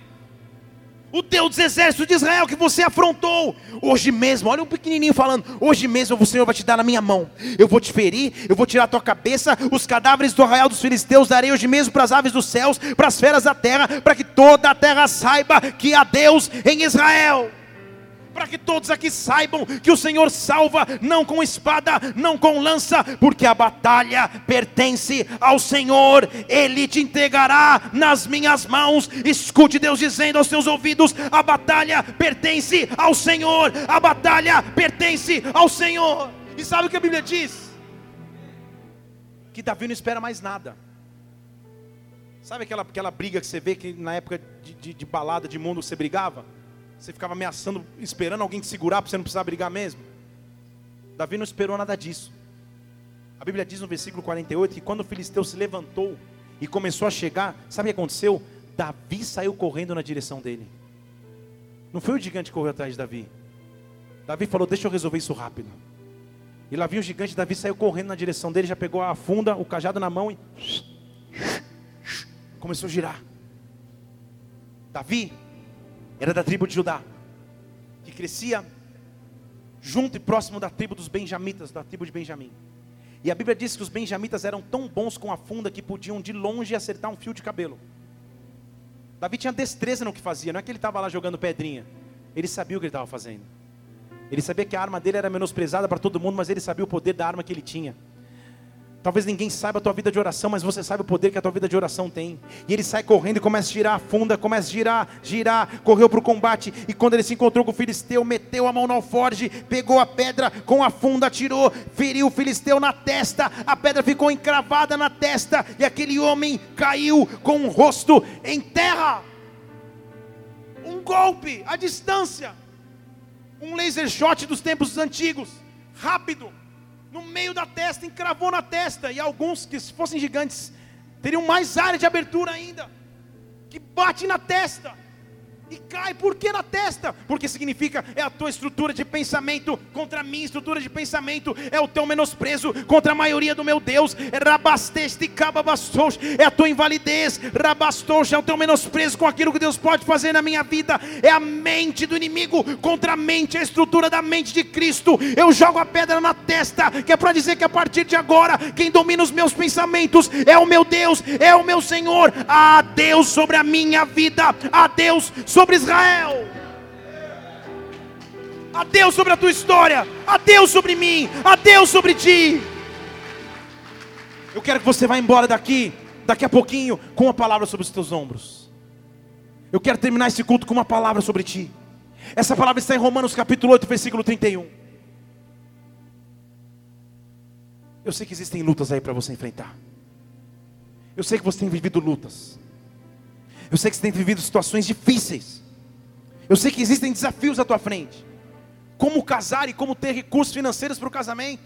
o Deus dos exércitos de Israel que você afrontou. Hoje mesmo, olha um pequenininho falando, hoje mesmo o Senhor vai te dar na minha mão. Eu vou te ferir, eu vou tirar a tua cabeça. Os cadáveres do arraial dos filisteus darei hoje mesmo para as aves dos céus, para as feras da terra, para que toda a terra saiba que há Deus em Israel. Para que todos aqui saibam que o Senhor salva, não com espada, não com lança, porque a batalha pertence ao Senhor. Ele te entregará nas minhas mãos. Escute Deus dizendo aos seus ouvidos, a batalha pertence ao Senhor, a batalha pertence ao Senhor. E sabe o que a Bíblia diz? Que Davi não espera mais nada. Sabe aquela, aquela briga que você vê que na época de, de, de balada de mundo você brigava? Você ficava ameaçando, esperando alguém te segurar para você não precisar brigar mesmo. Davi não esperou nada disso. A Bíblia diz no versículo quarenta e oito que quando o filisteu se levantou e começou a chegar, sabe o que aconteceu? Davi saiu correndo na direção dele. Não foi o gigante que correu atrás de Davi. Davi falou, deixa eu resolver isso rápido. E lá vinha o gigante, Davi saiu correndo na direção dele, já pegou a funda, o cajado na mão e começou a girar. Davi era da tribo de Judá, que crescia junto e próximo da tribo dos benjamitas, da tribo de Benjamim. E a Bíblia diz que os benjamitas eram tão bons com a funda que podiam de longe acertar um fio de cabelo. Davi tinha destreza no que fazia, não é que ele estava lá jogando pedrinha. Ele sabia o que ele estava fazendo. Ele sabia que a arma dele era menosprezada para todo mundo, mas ele sabia o poder da arma que ele tinha. Talvez ninguém saiba a tua vida de oração, mas você sabe o poder que a tua vida de oração tem. E ele sai correndo e começa a girar a funda, começa a girar, girar, correu para o combate. E quando ele se encontrou com o filisteu, meteu a mão no alforje, pegou a pedra com a funda, atirou, feriu o filisteu na testa. A pedra ficou encravada na testa e aquele homem caiu com o rosto em terra. Um golpe à distância, um laser shot dos tempos antigos, rápido, no meio da testa, encravou na testa. E alguns que se fossem gigantes teriam mais área de abertura ainda, que bate na testa e cai. Por que na testa? Porque significa, é a tua estrutura de pensamento contra a minha estrutura de pensamento, é o teu menosprezo contra a maioria do meu Deus. É a tua invalidez, é o teu menosprezo com aquilo que Deus pode fazer na minha vida. É a mente do inimigo contra a mente, a estrutura da mente de Cristo. Eu jogo a pedra na testa, que é para dizer que a partir de agora, quem domina os meus pensamentos é o meu Deus, é o meu Senhor. Há Deus sobre a minha vida, há Deus sobre Israel, há Deus sobre a tua história, há Deus sobre mim, há Deus sobre ti. Eu quero que você vá embora daqui, daqui a pouquinho, com uma palavra sobre os teus ombros. Eu quero terminar esse culto com uma palavra sobre ti. Essa palavra está em Romanos capítulo oito, versículo trinta e um. Eu sei que existem lutas aí para você enfrentar. Eu sei que você tem vivido lutas. Eu sei que você tem vivido situações difíceis. Eu sei que existem desafios à tua frente. Como casar e como ter recursos financeiros para o casamento.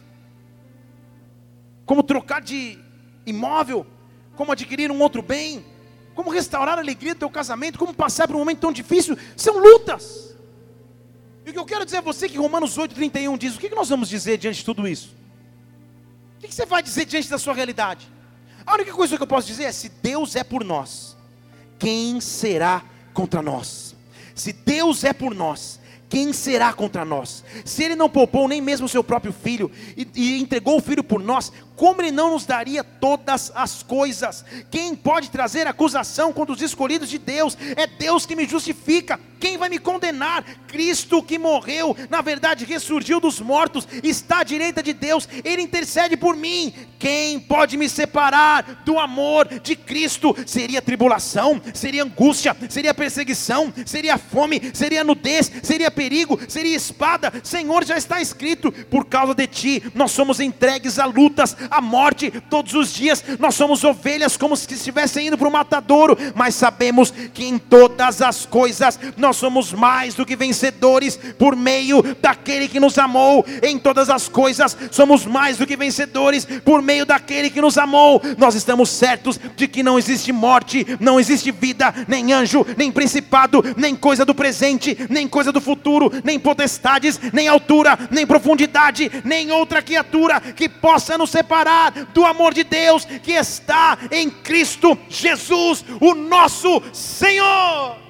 Como trocar de imóvel. Como adquirir um outro bem. Como restaurar a alegria do teu casamento. Como passar por um momento tão difícil. São lutas. E o que eu quero dizer a você é que Romanos oito, trinta e um diz: o que nós vamos dizer diante de tudo isso? O que você vai dizer diante da sua realidade? A única coisa que eu posso dizer é: se Deus é por nós, quem será contra nós? Se Deus é por nós, quem será contra nós? Se Ele não poupou nem mesmo o seu próprio filho e, e entregou o filho por nós, como Ele não nos daria todas as coisas? Quem pode trazer acusação contra os escolhidos de Deus? É Deus que me justifica. Quem vai me condenar? Cristo que morreu, na verdade ressurgiu dos mortos, está à direita de Deus, Ele intercede por mim. Quem pode me separar do amor de Cristo? Seria tribulação, seria angústia, seria perseguição, seria fome, seria nudez, seria perigo, seria espada. Senhor, já está escrito: por causa de ti nós somos entregues a lutas, a morte todos os dias. Nós somos ovelhas como se estivessem indo para o matadouro, mas sabemos que em todas as coisas nós somos mais do que vencedores por meio daquele que nos amou. Em todas as coisas somos mais do que vencedores por meio daquele que nos amou. Nós estamos certos de que não existe morte, não existe vida, nem anjo, nem principado, nem coisa do presente, nem coisa do futuro, nem potestades, nem altura, nem profundidade, nem outra criatura que possa nos separar do amor de Deus que está em Cristo Jesus, o nosso Senhor.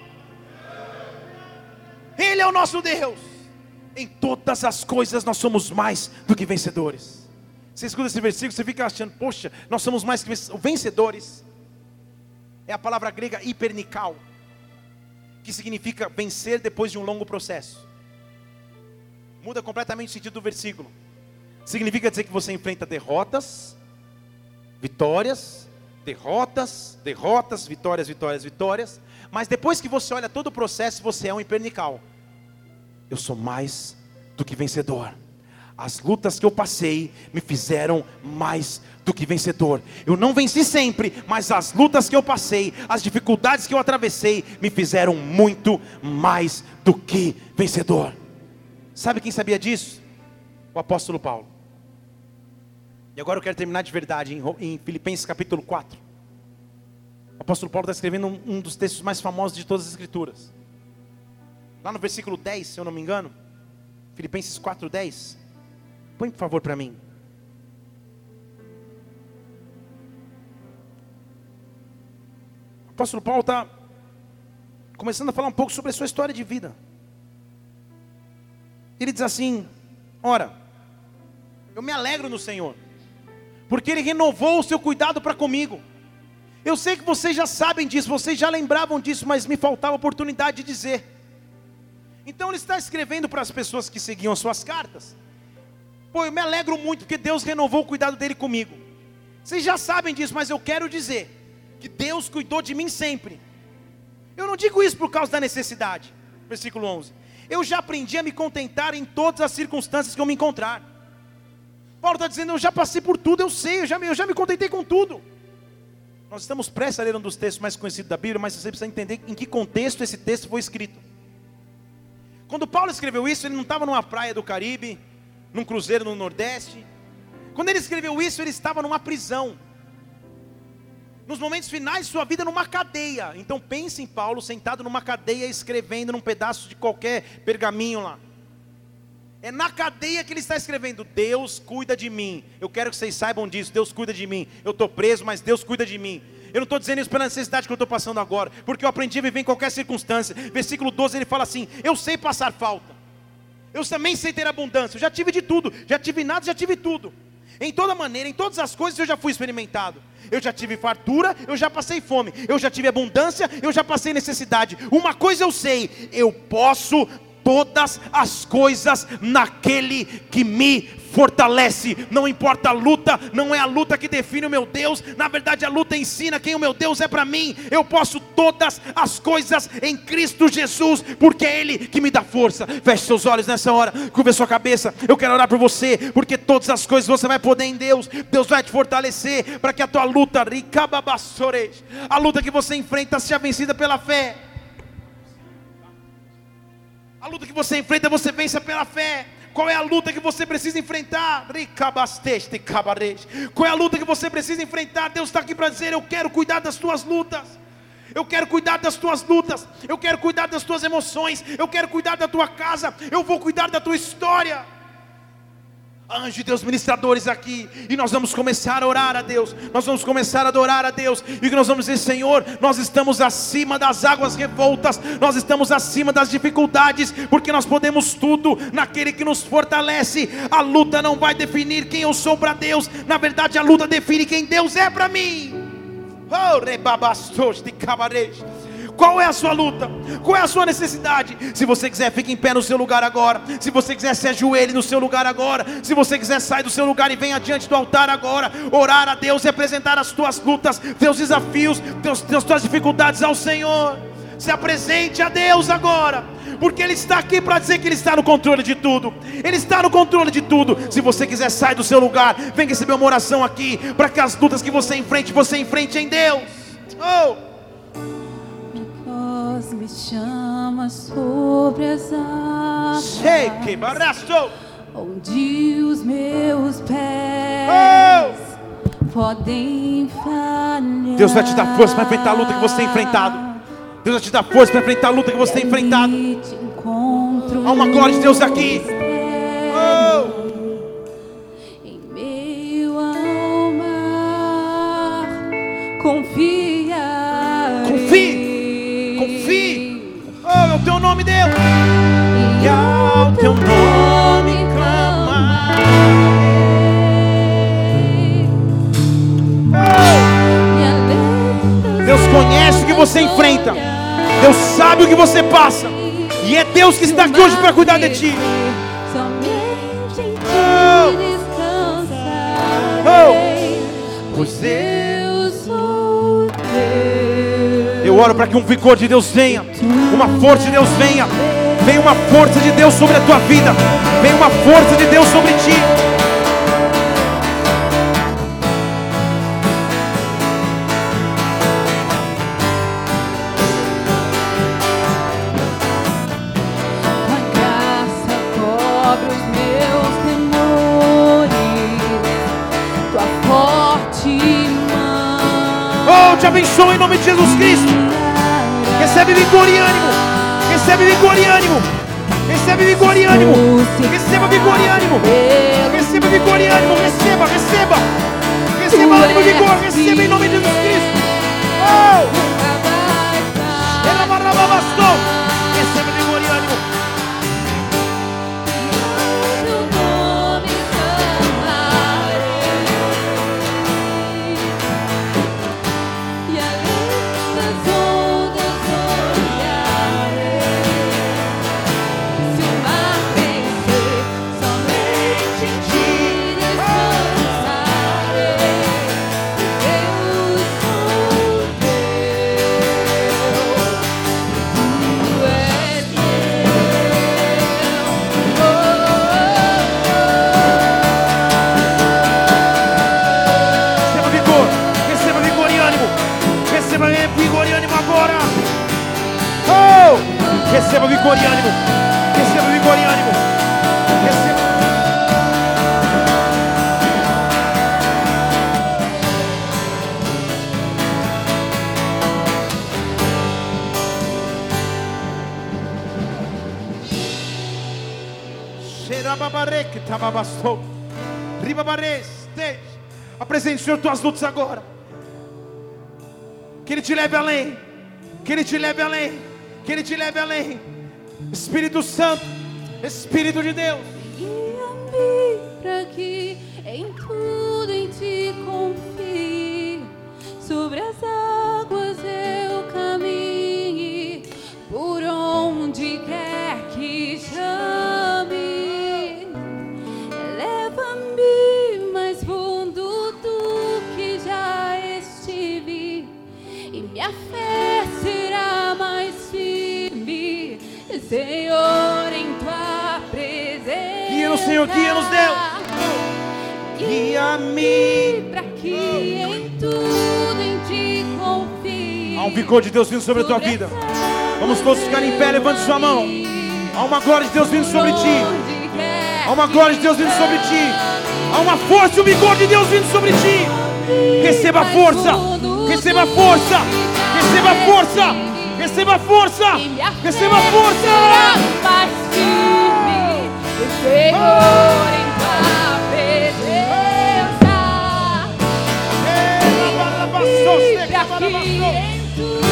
Ele é o nosso Deus. Em todas as coisas nós somos mais do que vencedores. Você escuta esse versículo, você fica achando: poxa, nós somos mais que vencedores. É a palavra grega hipernikao, que significa vencer depois de um longo processo. Muda completamente o sentido do versículo. Significa dizer que você enfrenta derrotas, vitórias, derrotas, derrotas, vitórias, vitórias, vitórias. Mas depois que você olha todo o processo, você é um hipernikao. Eu sou mais do que vencedor. As lutas que eu passei me fizeram mais do que vencedor. Eu não venci sempre, mas as lutas que eu passei, as dificuldades que eu atravessei, me fizeram muito mais do que vencedor. Sabe quem sabia disso? O apóstolo Paulo. E agora eu quero terminar de verdade em, em Filipenses capítulo quatro. O apóstolo Paulo está escrevendo um, um dos textos mais famosos de todas as escrituras. Lá no versículo dez, se eu não me engano, Filipenses quatro, dez. Põe por favor para mim. O apóstolo Paulo está começando a falar um pouco sobre a sua história de vida. Ele diz assim: ora, eu me alegro no Senhor. porque Ele renovou o seu cuidado para comigo. Eu sei que vocês já sabem disso, vocês já lembravam disso, mas me faltava a oportunidade de dizer. Então Ele está escrevendo para as pessoas que seguiam as suas cartas. Pô, eu me alegro muito porque Deus renovou o cuidado dele comigo. Vocês já sabem disso, mas eu quero dizer que Deus cuidou de mim sempre. Eu não digo isso por causa da necessidade. Versículo onze. Eu já aprendi a me contentar em todas as circunstâncias que eu me encontrar. Paulo está dizendo, eu já passei por tudo, eu sei, eu já, me, eu já me contentei com tudo. Nós estamos prestes a ler um dos textos mais conhecidos da Bíblia, mas você precisa entender em que contexto esse texto foi escrito. Quando Paulo escreveu isso, ele não estava numa praia do Caribe, num cruzeiro no Nordeste. Quando ele escreveu isso, ele estava numa prisão. Nos momentos finais de sua vida, numa cadeia. Então pense em Paulo sentado numa cadeia, escrevendo num pedaço de qualquer pergaminho lá. É na cadeia que ele está escrevendo, Deus cuida de mim. Eu quero que vocês saibam disso, Deus cuida de mim. Eu estou preso, mas Deus cuida de mim. Eu não estou dizendo isso pela necessidade que eu estou passando agora, porque eu aprendi a viver em qualquer circunstância. Versículo doze ele fala assim, eu sei passar falta, eu também sei ter abundância. Eu já tive de tudo, já tive nada, já tive tudo. Em toda maneira, em todas as coisas eu já fui experimentado. Eu já tive fartura, eu já passei fome. Eu já tive abundância, eu já passei necessidade. Uma coisa eu sei, eu posso todas as coisas naquele que me fortalece. Não importa a luta, não é a luta que define o meu Deus. Na verdade a luta ensina quem o meu Deus é para mim. Eu posso todas as coisas em Cristo Jesus, porque é Ele que me dá força. Feche seus olhos nessa hora, curva sua cabeça. Eu quero orar por você, porque todas as coisas você vai poder em Deus. Deus vai te fortalecer, para que a tua luta, a luta que você enfrenta seja vencida pela fé. A luta que você enfrenta, você vença pela fé. Qual é a luta que você precisa enfrentar? Qual é a luta que você precisa enfrentar? Deus está aqui para dizer, eu quero cuidar das tuas lutas. Eu quero cuidar das tuas lutas. Eu quero cuidar das tuas emoções. Eu quero cuidar da tua casa. Eu vou cuidar da tua história. Anjo de Deus, ministradores aqui, e nós vamos começar a orar a Deus, nós vamos começar a adorar a Deus, e que nós vamos dizer, Senhor, nós estamos acima das águas revoltas, nós estamos acima das dificuldades, porque nós podemos tudo naquele que nos fortalece. A luta não vai definir quem eu sou para Deus, na verdade a luta define quem Deus é para mim. Oh, rebabastos de cabarejo. Qual é a sua luta? Qual é a sua necessidade? Se você quiser, fique em pé no seu lugar agora. Se você quiser, se ajoelhe no seu lugar agora. Se você quiser, sai do seu lugar e venha diante do altar agora. Orar a Deus e apresentar as tuas lutas, teus desafios, teus, teus, tuas dificuldades ao Senhor. Se apresente a Deus agora, porque Ele está aqui para dizer que Ele está no controle de tudo. Ele está no controle de tudo. Se você quiser, sai do seu lugar. Vem receber uma oração aqui, para que as lutas que você enfrente, você enfrente em Deus. Oh! Me chama sobre as águas, onde os meus pés oh! podem falhar. Deus vai te dar força para enfrentar a luta que você tem enfrentado. Deus vai te dar força para enfrentar a luta que você tem enfrentado. Há uma glória de Deus aqui. Oh! Em meio ao mar, confia. Confie. Confie, oh, é o teu nome, Deus, e ao teu nome clamarei. Deus conhece o que você enfrenta, Deus sabe o que você passa, e é Deus que está aqui hoje para cuidar de ti. Somente em ti descansarei, oh. pois eu sou Deus. Eu oro para que um vigor de Deus venha, uma força de Deus venha, venha uma força de Deus sobre a tua vida, venha uma força de Deus sobre ti. Tua graça cobre os meus temores, tua forte mão. Oh, te abençoe em nome de Jesus Cristo. Recebe vigor e ânimo. Recebe vigor e ânimo. Recebe vigor e ânimo. Receba vigor e ânimo. Receba vigor e ânimo. Receba, receba. Receba ânimo e vigor. Receba em nome de Jesus Cristo. Oh! Receba vigor e ânimo. Receba vigor e ânimo. Receba vigor e ânimo. Receba. Apresente, Senhor, tuas lutas agora. Que Ele te leve além. Que Ele te leve além. Que Ele te leve além. Espírito Santo, Espírito de Deus. Guia-me para que em tudo em ti confie. Sobre as águas eu caminhe. Por onde quer que chame. Leva-me mais fundo do que já estive. E minha fé será mais firme, Senhor, em tua presença. Guia-nos, Senhor, guia-nos, Deus. Guia-me para que em tudo em ti confie. Há um vigor de Deus vindo sobre a tua vida. Vamos todos ficar em pé, levante sua mão. Há uma glória de Deus vindo sobre ti. Há uma glória de Deus vindo sobre ti. Há uma força e um vigor de Deus vindo sobre ti. Receba força. Receba força. Receba força. Receba força. Receba força. Mais firme, Senhor, em tua presença. Livre aqui em tudo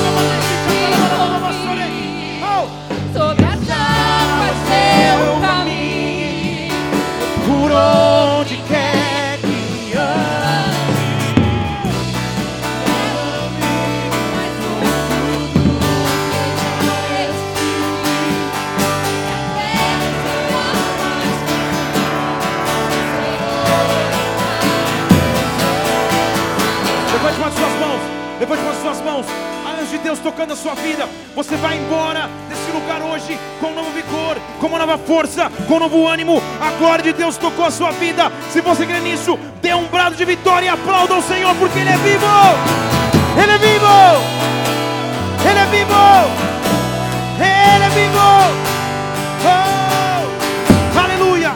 sobre as águas eu caminho. Por onde quer que ande. Levante as suas mãos. Levante as suas mãos. A anjo de Deus tocando a sua vida. Você vai embora desse lugar hoje com um novo vigor, com uma nova força, com um novo ânimo. A glória de Deus tocou a sua vida. Se você crê nisso, dê um brado de vitória e aplauda o Senhor, porque Ele é vivo. Ele é vivo. Ele é vivo. Ele é vivo. Oh, aleluia.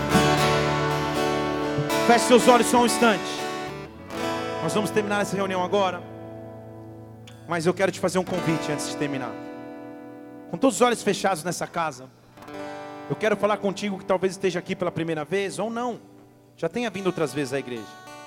Feche seus olhos só um instante. Nós vamos terminar essa reunião agora, mas eu quero te fazer um convite antes de terminar. Com todos os olhos fechados nessa casa, eu quero falar contigo que talvez esteja aqui pela primeira vez, ou não, já tenha vindo outras vezes à igreja.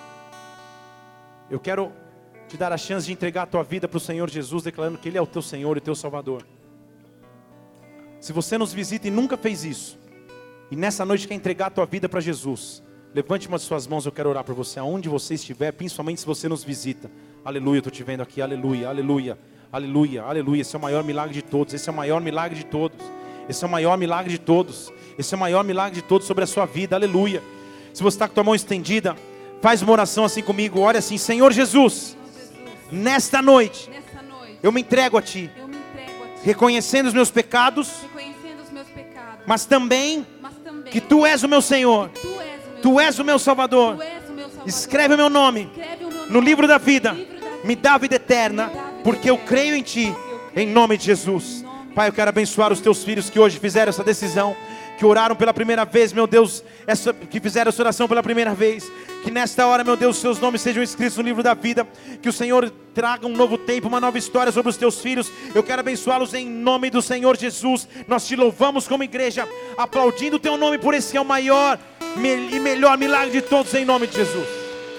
Eu quero te dar a chance de entregar a tua vida para o Senhor Jesus, declarando que Ele é o teu Senhor e teu Salvador. Se você nos visita e nunca fez isso, e nessa noite quer entregar a tua vida para Jesus, levante uma de suas mãos, eu quero orar por você, aonde você estiver, principalmente se você nos visita. Aleluia, eu estou te vendo aqui, aleluia, aleluia, aleluia, aleluia. Esse é o maior milagre de todos, esse é o maior milagre de todos. Esse é o maior milagre de todos. Esse é o maior milagre de todos sobre a sua vida, aleluia. Se você está com a tua mão estendida, faz uma oração assim comigo, ore assim: Senhor Jesus, nesta noite, Nessa noite, eu me entrego a Ti, eu me entrego a ti, reconhecendo os meus pecados, reconhecendo os meus pecados, mas também mas também que Tu és o meu Senhor, Tu és o meu Tu és o meu Salvador. Tu és o meu Salvador. Escreve o meu nome Escreve o meu no nome livro da vida, no livro da vida. me dá a vida eterna, porque eu creio em Ti, em nome de Jesus. Pai, eu quero abençoar os Teus filhos que hoje fizeram essa decisão, que oraram pela primeira vez, meu Deus, essa, que fizeram essa oração pela primeira vez, que nesta hora, meu Deus, seus nomes sejam escritos no livro da vida, que o Senhor traga um novo tempo, uma nova história sobre os Teus filhos. Eu quero abençoá-los em nome do Senhor Jesus. Nós Te louvamos como igreja, aplaudindo o Teu nome por esse que é o maior e melhor milagre de todos, em nome de Jesus.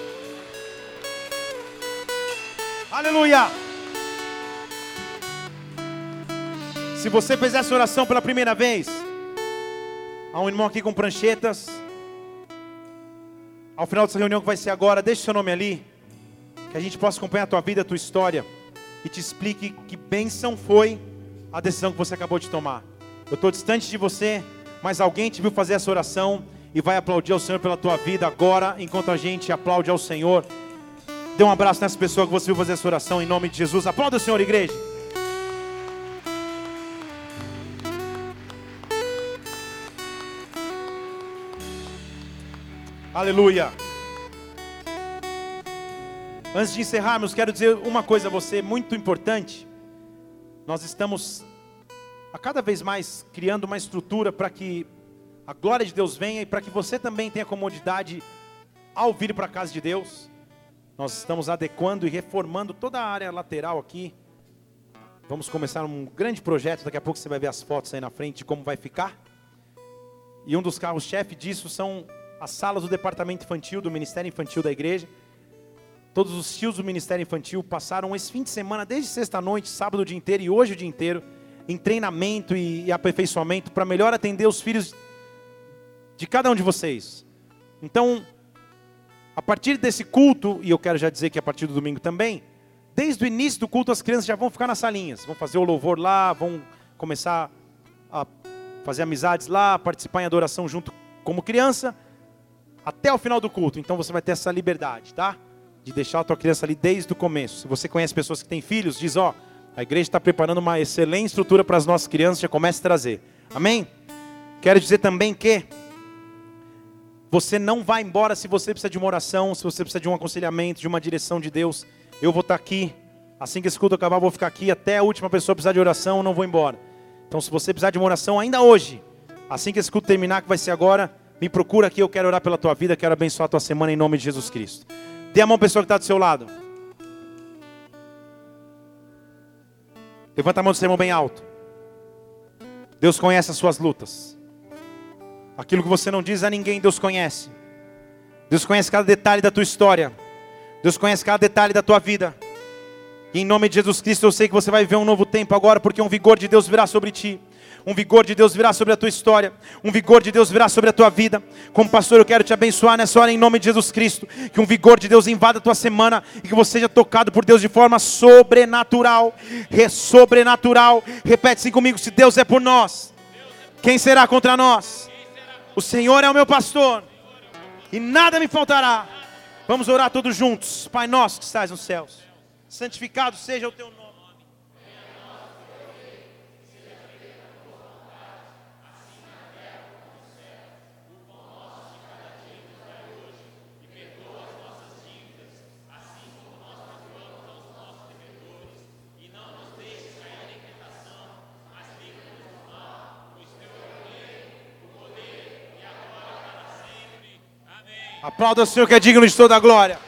Aleluia. Se você fez essa oração pela primeira vez, há um irmão aqui com pranchetas. Ao final dessa reunião que vai ser agora, deixe seu nome ali, que a gente possa acompanhar a tua vida, a tua história, e te explique que bênção foi a decisão que você acabou de tomar. Eu estou distante de você, mas alguém te viu fazer essa oração e vai aplaudir ao Senhor pela tua vida agora, enquanto a gente aplaude ao Senhor. Dê um abraço nessa pessoa que você viu fazer essa oração em nome de Jesus. Aplauda o Senhor, igreja. Aleluia. Antes de encerrarmos, quero dizer uma coisa a você muito importante. Nós estamos a cada vez mais criando uma estrutura para que a glória de Deus venha e para que você também tenha comodidade ao vir para a casa de Deus. Nós estamos adequando e reformando toda a área lateral aqui. Vamos começar um grande projeto, daqui a pouco você vai ver as fotos aí na frente de como vai ficar. E um dos carros-chefe disso são as salas do departamento infantil, do Ministério Infantil da igreja. Todos os tios do Ministério Infantil passaram esse fim de semana, desde sexta-noite, sábado o dia inteiro e hoje o dia inteiro, em treinamento e, e aperfeiçoamento para melhor atender os filhos de cada um de vocês. Então, a partir desse culto, e eu quero já dizer que a partir do domingo também, desde o início do culto as crianças já vão ficar nas salinhas, vão fazer o louvor lá, vão começar a fazer amizades lá, participar em adoração junto como criança, até o final do culto. Então você vai ter essa liberdade, tá? De deixar a tua criança ali desde o começo. Se você conhece pessoas que têm filhos, diz, ó, a igreja está preparando uma excelente estrutura para as nossas crianças, já comece a trazer. Amém? Quero dizer também que você não vai embora se você precisa de uma oração, se você precisa de um aconselhamento, de uma direção de Deus. Eu vou estar aqui, assim que esse culto acabar, eu vou ficar aqui até a última pessoa precisar de oração, eu não vou embora. Então se você precisar de uma oração ainda hoje, assim que esse culto terminar, que vai ser agora, me procura aqui, eu quero orar pela tua vida, quero abençoar a tua semana em nome de Jesus Cristo. Dê a mão à pessoa que está do seu lado. Levanta a mão do seu irmão bem alto. Deus conhece as suas lutas. Aquilo que você não diz a ninguém, Deus conhece. Deus conhece cada detalhe da tua história. Deus conhece cada detalhe da tua vida. E em nome de Jesus Cristo eu sei que você vai viver um novo tempo agora, porque um vigor de Deus virá sobre ti. Um vigor de Deus virá sobre a tua história. Um vigor de Deus virá sobre a tua vida. Como pastor eu quero te abençoar nessa hora em nome de Jesus Cristo. Que um vigor de Deus invada a tua semana. E que você seja tocado por Deus de forma sobrenatural. Re sobrenatural. Repete assim comigo, se Deus é por nós, quem será contra nós? O Senhor é o meu pastor e nada me faltará. Vamos orar todos juntos. Pai nosso que estás nos céus, santificado seja o teu nome. Aplauda o Senhor que é digno de toda a glória.